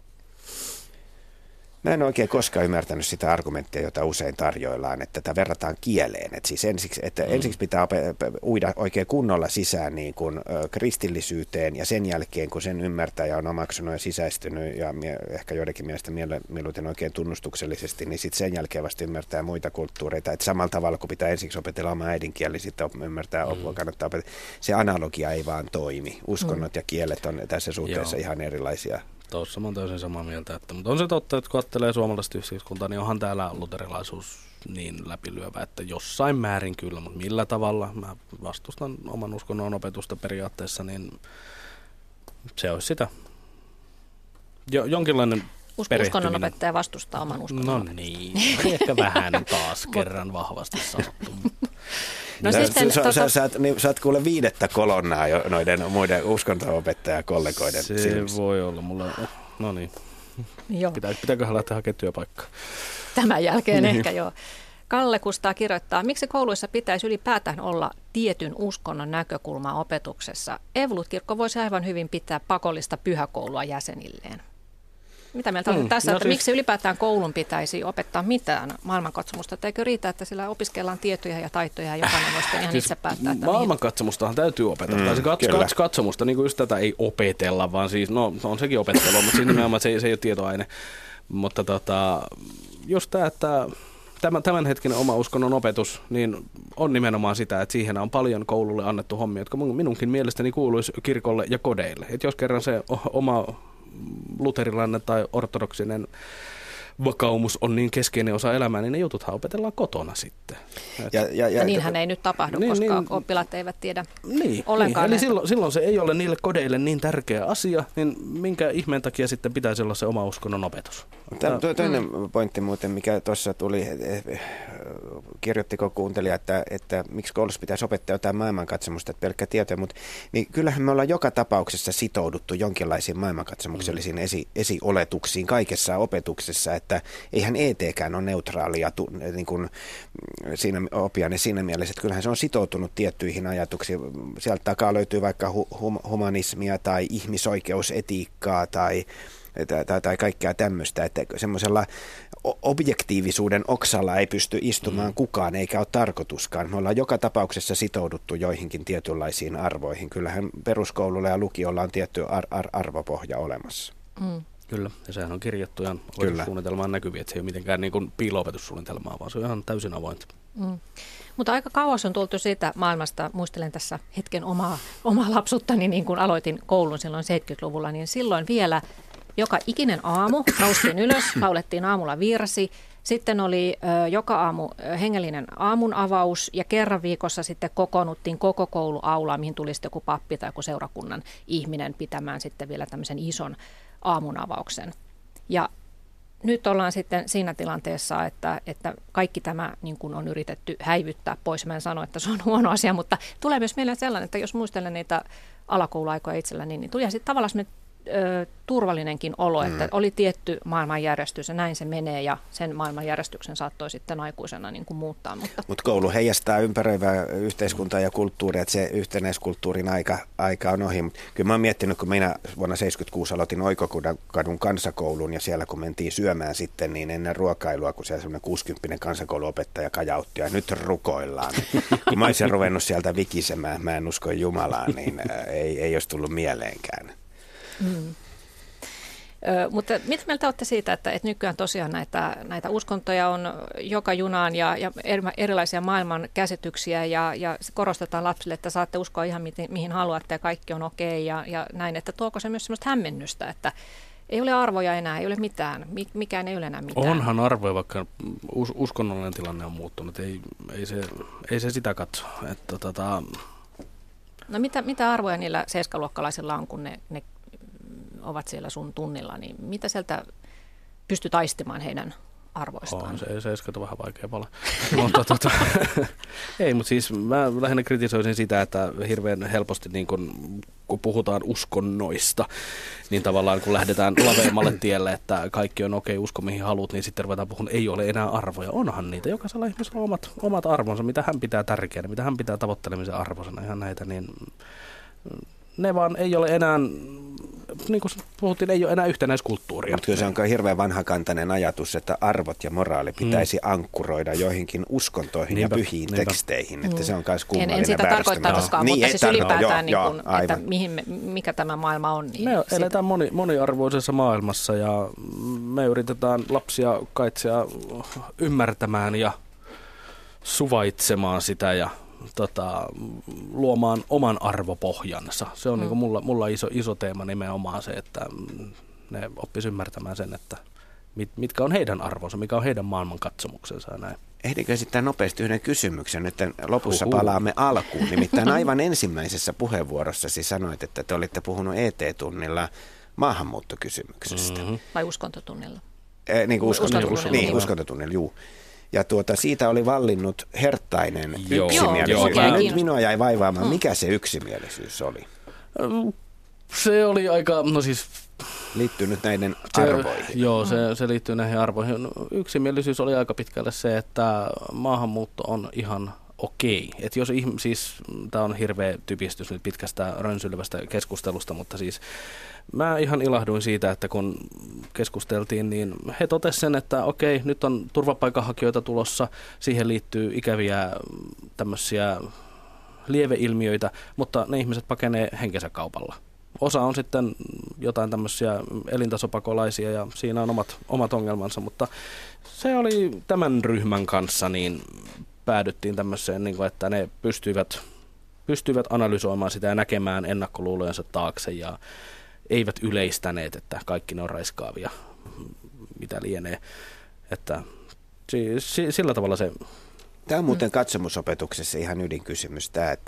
Mä en oikein koskaan ymmärtänyt sitä argumenttia, jota usein tarjoillaan, että tätä verrataan kieleen. Että siis ensiksi pitää uida oikein kunnolla sisään niin kuin kristillisyyteen, ja sen jälkeen, kun sen ymmärtää ja on omaksunut ja sisäistynyt ja ehkä joidenkin mielestä mieluiten oikein tunnustuksellisesti, niin sitten sen jälkeen vasta ymmärtää muita kulttuureita. Että samalla tavalla, kun pitää ensiksi opetella oma äidinkieli, sitten ymmärtää, kannattaa opetella. Se analogia ei vaan toimi. Uskonnot ja kielet on tässä suhteessa ihan erilaisia. Tuossa mä oon täysin samaa mieltä, mutta on se totta, että kun ajattelee suomalaista yhteiskuntaa, niin onhan täällä luterilaisuus niin läpilyövä, että jossain määrin kyllä, mutta millä tavalla mä vastustan oman uskonnon opetusta periaatteessa, niin se olisi sitä. Jonkinlainen uskonnon opettaja vastustaa oman uskonnon. No niin, ehkä vähän taas kerran vahvasti sanottu. No sä oot kuule 5. kolonnaa jo noiden muiden uskonto-opettajakollegoiden silmissä. Se voi olla mulla. No niin. Pitääköhän lähteä hakemaan työpaikkaa? Tämän jälkeen ehkä joo. Kalle Kustaa kirjoittaa, miksi kouluissa pitäisi ylipäätään olla tietyn uskonnon näkökulmaa opetuksessa? Evolut-kirkko voisi aivan hyvin pitää pakollista pyhäkoulua jäsenilleen. Mitä mieltä olet tässä, että miksi ylipäätään koulun pitäisi opettaa mitään maailmankatsomusta? Eikö riitä, että sillä opiskellaan tietoja ja taitoja ja jokainen voi sitten ihan itse päättää? Että maailmankatsomustahan täytyy opetella. Se katsomusta, niin kuin just tätä ei opetella, vaan siis, no on sekin opettelua, mutta siinä nimenomaan se ei ole tietoaine. Mutta just tämä, että tämänhetkinen oma uskonnon opetus niin on nimenomaan sitä, että siihen on paljon koululle annettu hommia, jotka minunkin mielestäni kuuluisi kirkolle ja kodeille. Että jos kerran se oma luterilainen tai ortodoksinen vakaumus on niin keskeinen osa elämää, niin ne jututhan opetellaan kotona sitten. Ja niinhän ei nyt tapahdu, koska oppilaat eivät tiedä ollenkaan. Eli silloin se ei ole niille kodeille niin tärkeä asia, niin minkä ihmeen takia sitten pitäisi olla se oma uskonnon opetus? Toinen pointti muuten, mikä tuossa tuli, kirjoittiko kuuntelija, että miksi koulussa pitäisi opettaa jotain maailmankatsomusta, että pelkkä tietoja, mutta niin kyllähän me ollaan joka tapauksessa sitouduttu jonkinlaisiin maailmankatsomuksellisiin esioletuksiin kaikessa opetuksessa, että eihän ET-kään ole neutraalia niin kuin siinä mielessä, että kyllähän se on sitoutunut tiettyihin ajatuksiin. Sieltä takaa löytyy vaikka humanismia tai ihmisoikeusetiikkaa tai kaikkea tämmöistä, että semmoisella objektiivisuuden oksalla ei pysty istumaan kukaan, eikä ole tarkoituskaan. Me ollaan joka tapauksessa sitouduttu joihinkin tietynlaisiin arvoihin. Kyllähän peruskoululla ja lukiolla on tietty arvopohja olemassa. Kyllä, ja sehän on kirjattu ihan opetussuunnitelmaan näkyviä, että se ei ole mitenkään niin kuin piilo-opetussuunnitelmaa, vaan se on ihan täysin avointa. Mutta aika kauas on tultu siitä maailmasta, muistelen tässä hetken omaa lapsuttani, niin kun aloitin koulun silloin 70-luvulla, niin silloin vielä joka ikinen aamu noustiin ylös, laulettiin aamulla virsi, sitten oli joka aamu hengellinen aamun avaus ja kerran viikossa sitten kokoonnuttiin koko kouluaulaan, mihin tuli sitten joku pappi tai joku seurakunnan ihminen pitämään sitten vielä tämmöisen ison aamunavauksen. Ja nyt ollaan sitten siinä tilanteessa, että kaikki tämä niin kuin on yritetty häivyttää pois. Mä en sano, että se on huono asia, mutta tulee myös mieleen sellainen, että jos muistelen niitä alakouluaikoja itselläni, niin tuli sitten tavallaan turvallinenkin olo, että oli tietty maailmanjärjestys ja näin se menee ja sen maailmanjärjestyksen saattoi sitten aikuisena niin kuin muuttaa. Mutta koulu heijastaa ympäröivää yhteiskuntaa ja kulttuuria, että se yhtenäiskulttuurin aika on ohi. Mut kyllä mä oon miettinyt, kun minä vuonna 1976 aloitin Oikokadun kansakouluun ja siellä kun mentiin syömään sitten, niin ennen ruokailua, kun siellä semmoinen 60 kansakouluopettaja kajautti ja nyt rukoillaan. Kun mä olisin ruvennut sieltä vikisemään, mä en usko Jumalaan, niin ei olisi tullut mieleenkään. Mutta mitä mieltä olette siitä, että nykyään tosiaan näitä uskontoja on joka junaan ja erilaisia maailman käsityksiä ja korostetaan lapsille, että saatte uskoa ihan mihin haluatte ja kaikki on okei ja näin, että tuoko se myös sellaista hämmennystä, että ei ole arvoja enää, ei ole mitään, mikään ei ole enää mitään. Onhan arvoja, vaikka uskonnollinen tilanne on muuttunut, ei se sitä katso. Että No mitä arvoja niillä seiskaluokkalaisilla on, kun ne ovat siellä sun tunnilla, niin mitä sieltä pystyy taistimaan heidän arvoistaan? On, se seiskat on vähän vaikea pala. Mutta ei, mutta siis mä lähinnä kritisoisin sitä, että hirveän helposti niin kun puhutaan uskonnoista, niin tavallaan kun lähdetään laveammalle tielle, että kaikki on okei, usko mihin haluat, niin sitten ruvetaan puhumaan, ei ole enää arvoja. Onhan niitä, jokaisella ihmisellä on omat arvonsa, mitä hän pitää tärkeänä, mitä hän pitää tavoittelemisen arvoisena, ihan näitä, niin ne vaan ei ole enää, niin kuin puhuttiin, ei ole enää yhtenäiskulttuuria. Mutta kyllä se on hirveän vanhakantainen ajatus, että arvot ja moraali pitäisi ankkuroida joihinkin uskontoihin ja pyhiin teksteihin. Että se on myös kummallinen En sitä tarkoittaa koskaan, mutta siis ylipäätään, että mikä tämä maailma on. Niin me eletään moniarvoisessa maailmassa ja me yritetään lapsia kaitsia ymmärtämään ja suvaitsemaan sitä ja luomaan oman arvopohjansa. Se on niin mulla iso teema nimenomaan se, että ne oppisi ymmärtämään sen, että mitkä on heidän arvonsa, mikä on heidän maailmankatsomuksensa ja näin. Ehdikö esittää nopeasti yhden kysymyksen? Nyt lopussa palaamme alkuun. Nimittäin aivan ensimmäisessä puheenvuorossasi sanoit, että te olitte puhunut ET-tunnilla maahanmuuttokysymyksestä. Vai uskontotunnilla? Uskontotunnilla, juu. Ja siitä oli vallinnut herttainen yksimielisyys. Nyt minua jäi vaivaamaan, mikä se yksimielisyys oli? Se oli aika, liittynyt näiden arvoihin. Joo, se liittyy näihin arvoihin. Yksimielisyys oli aika pitkälle se, että maahanmuutto on ihan okei. Että jos tämä on hirveä typistys nyt pitkästä rönsyilevästä keskustelusta, mutta siis mä ihan ilahduin siitä, että kun keskusteltiin, niin he totesivat sen, että okei, nyt on turvapaikanhakijoita tulossa, siihen liittyy ikäviä tämmöisiä lieveilmiöitä, mutta ne ihmiset pakenee henkensä kaupalla. Osa on sitten jotain tämmöisiä elintasopakolaisia ja siinä on omat ongelmansa, mutta se oli tämän ryhmän kanssa, niin päädyttiin tämmöiseen, että ne pystyivät analysoimaan sitä ja näkemään ennakkoluulojensa taakse ja eivät yleistäneet, että kaikki ne on raiskaavia, mitä lienee. Että sillä tavalla se. Tämä on muuten katsomusopetuksessa ihan ydinkysymys,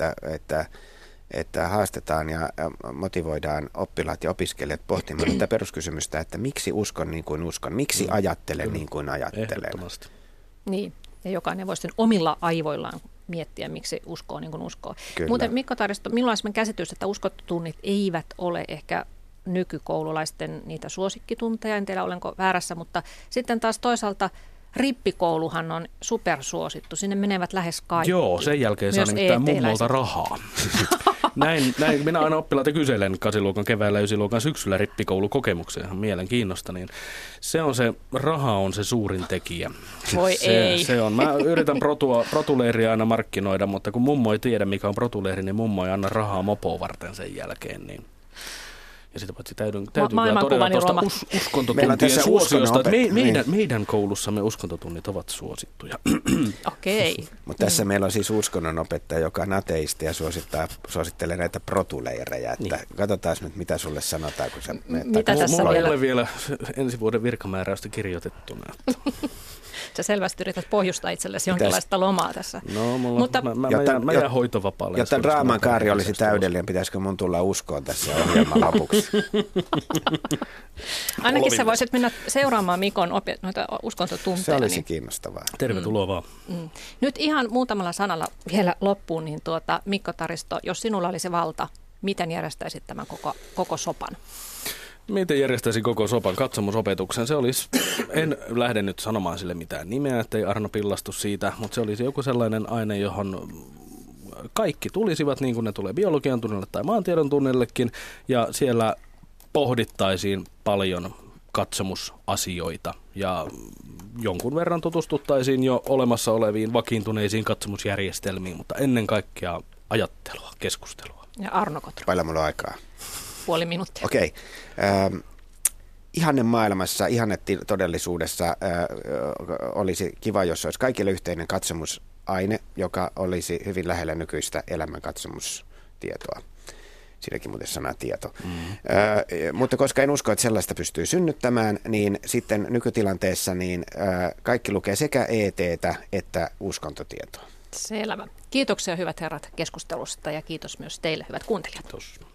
että haastetaan ja motivoidaan oppilaat ja opiskelijat pohtimaan tätä peruskysymystä, että miksi uskon niin kuin uskon, miksi ajattelen niin kuin ajattelen. Niin, ja jokainen voi sitten omilla aivoillaan miettiä, miksi uskoo niin kuin uskoo. Kyllä. Muuten Mikko Taaristo, minulla on sellainen käsitys, että uskottutunnit eivät ole ehkä nykykoululaisten niitä suosikkitunteja, en tiedä olenko väärässä, mutta sitten taas toisaalta rippikouluhan on supersuosittu, sinne menevät lähes kaikki. Joo, sen jälkeen saa nimittäin mummolta rahaa. Näin minä aina oppilaita kyselen 8-luokan keväällä ja 9-luokan syksyllä rippikoulukokemuksia ihan mielenkiinnosta, niin raha on se suurin tekijä. Voi ei. Se on. Mä yritän protuleiria aina markkinoida, mutta kun mummo ei tiedä mikä on protuleiri, niin mummo ei anna rahaa mopoa varten sen jälkeen, niin. Ja sitä paitsi täytyy kyllä todeta tuosta uskontotuntien suosiosta, että meidän koulussamme uskontotunnit ovat suosittuja. Okei. Mutta tässä meillä on siis uskonnonopettaja, joka on ateisti ja suosittelee näitä protuleirejä. Että katsotaan nyt, mitä sulle sanotaan, kun sä menet takaisin. Mulla ei ole vielä ensi vuoden virkamääräystä kirjoitettuna. Sä selvästi yrität pohjustaa itsellesi jonkinlaista lomaa tässä. No, mä jään hoitovapaalle. Jotta draaman kaari olisi täydellinen, pitäisikö mun tulla uskoon tässä ohjelman lopuksi? Ainakin sä voisit mennä seuraamaan Mikon noita uskontotunteja. Se olisi kiinnostavaa. Tervetuloa vaan. Nyt ihan muutamalla sanalla vielä loppuun, niin Mikko Taaristo, jos sinulla olisi valta, miten järjestäisit tämän koko sopan? Miten järjestäisin koko sopan katsomusopetuksen? Se olisi, en lähde nyt sanomaan sille mitään nimeä, ettei Arno pillastu siitä, mutta se olisi joku sellainen aine, johon kaikki tulisivat, niin kuin ne tulee biologian tunnille tai maantiedon tunnillekin, ja siellä pohdittaisiin paljon katsomusasioita ja jonkun verran tutustuttaisiin jo olemassa oleviin vakiintuneisiin katsomusjärjestelmiin, mutta ennen kaikkea ajattelua, keskustelua. Ja Arno Kotro. Paljon mulla on aikaa. Puoli minuuttia. Okei. Ihanne maailmassa, ihanne todellisuudessa olisi kiva, jos olisi kaikille yhteinen katsomusaine, joka olisi hyvin lähellä nykyistä elämänkatsomustietoa. Siinäkin muuten sana tieto. Mutta koska en usko, että sellaista pystyy synnyttämään, niin sitten nykytilanteessa niin kaikki lukee sekä ET:tä että uskontotietoa. Selvä. Kiitoksia hyvät herrat keskustelusta ja kiitos myös teille hyvät kuuntelijat. Kiitos.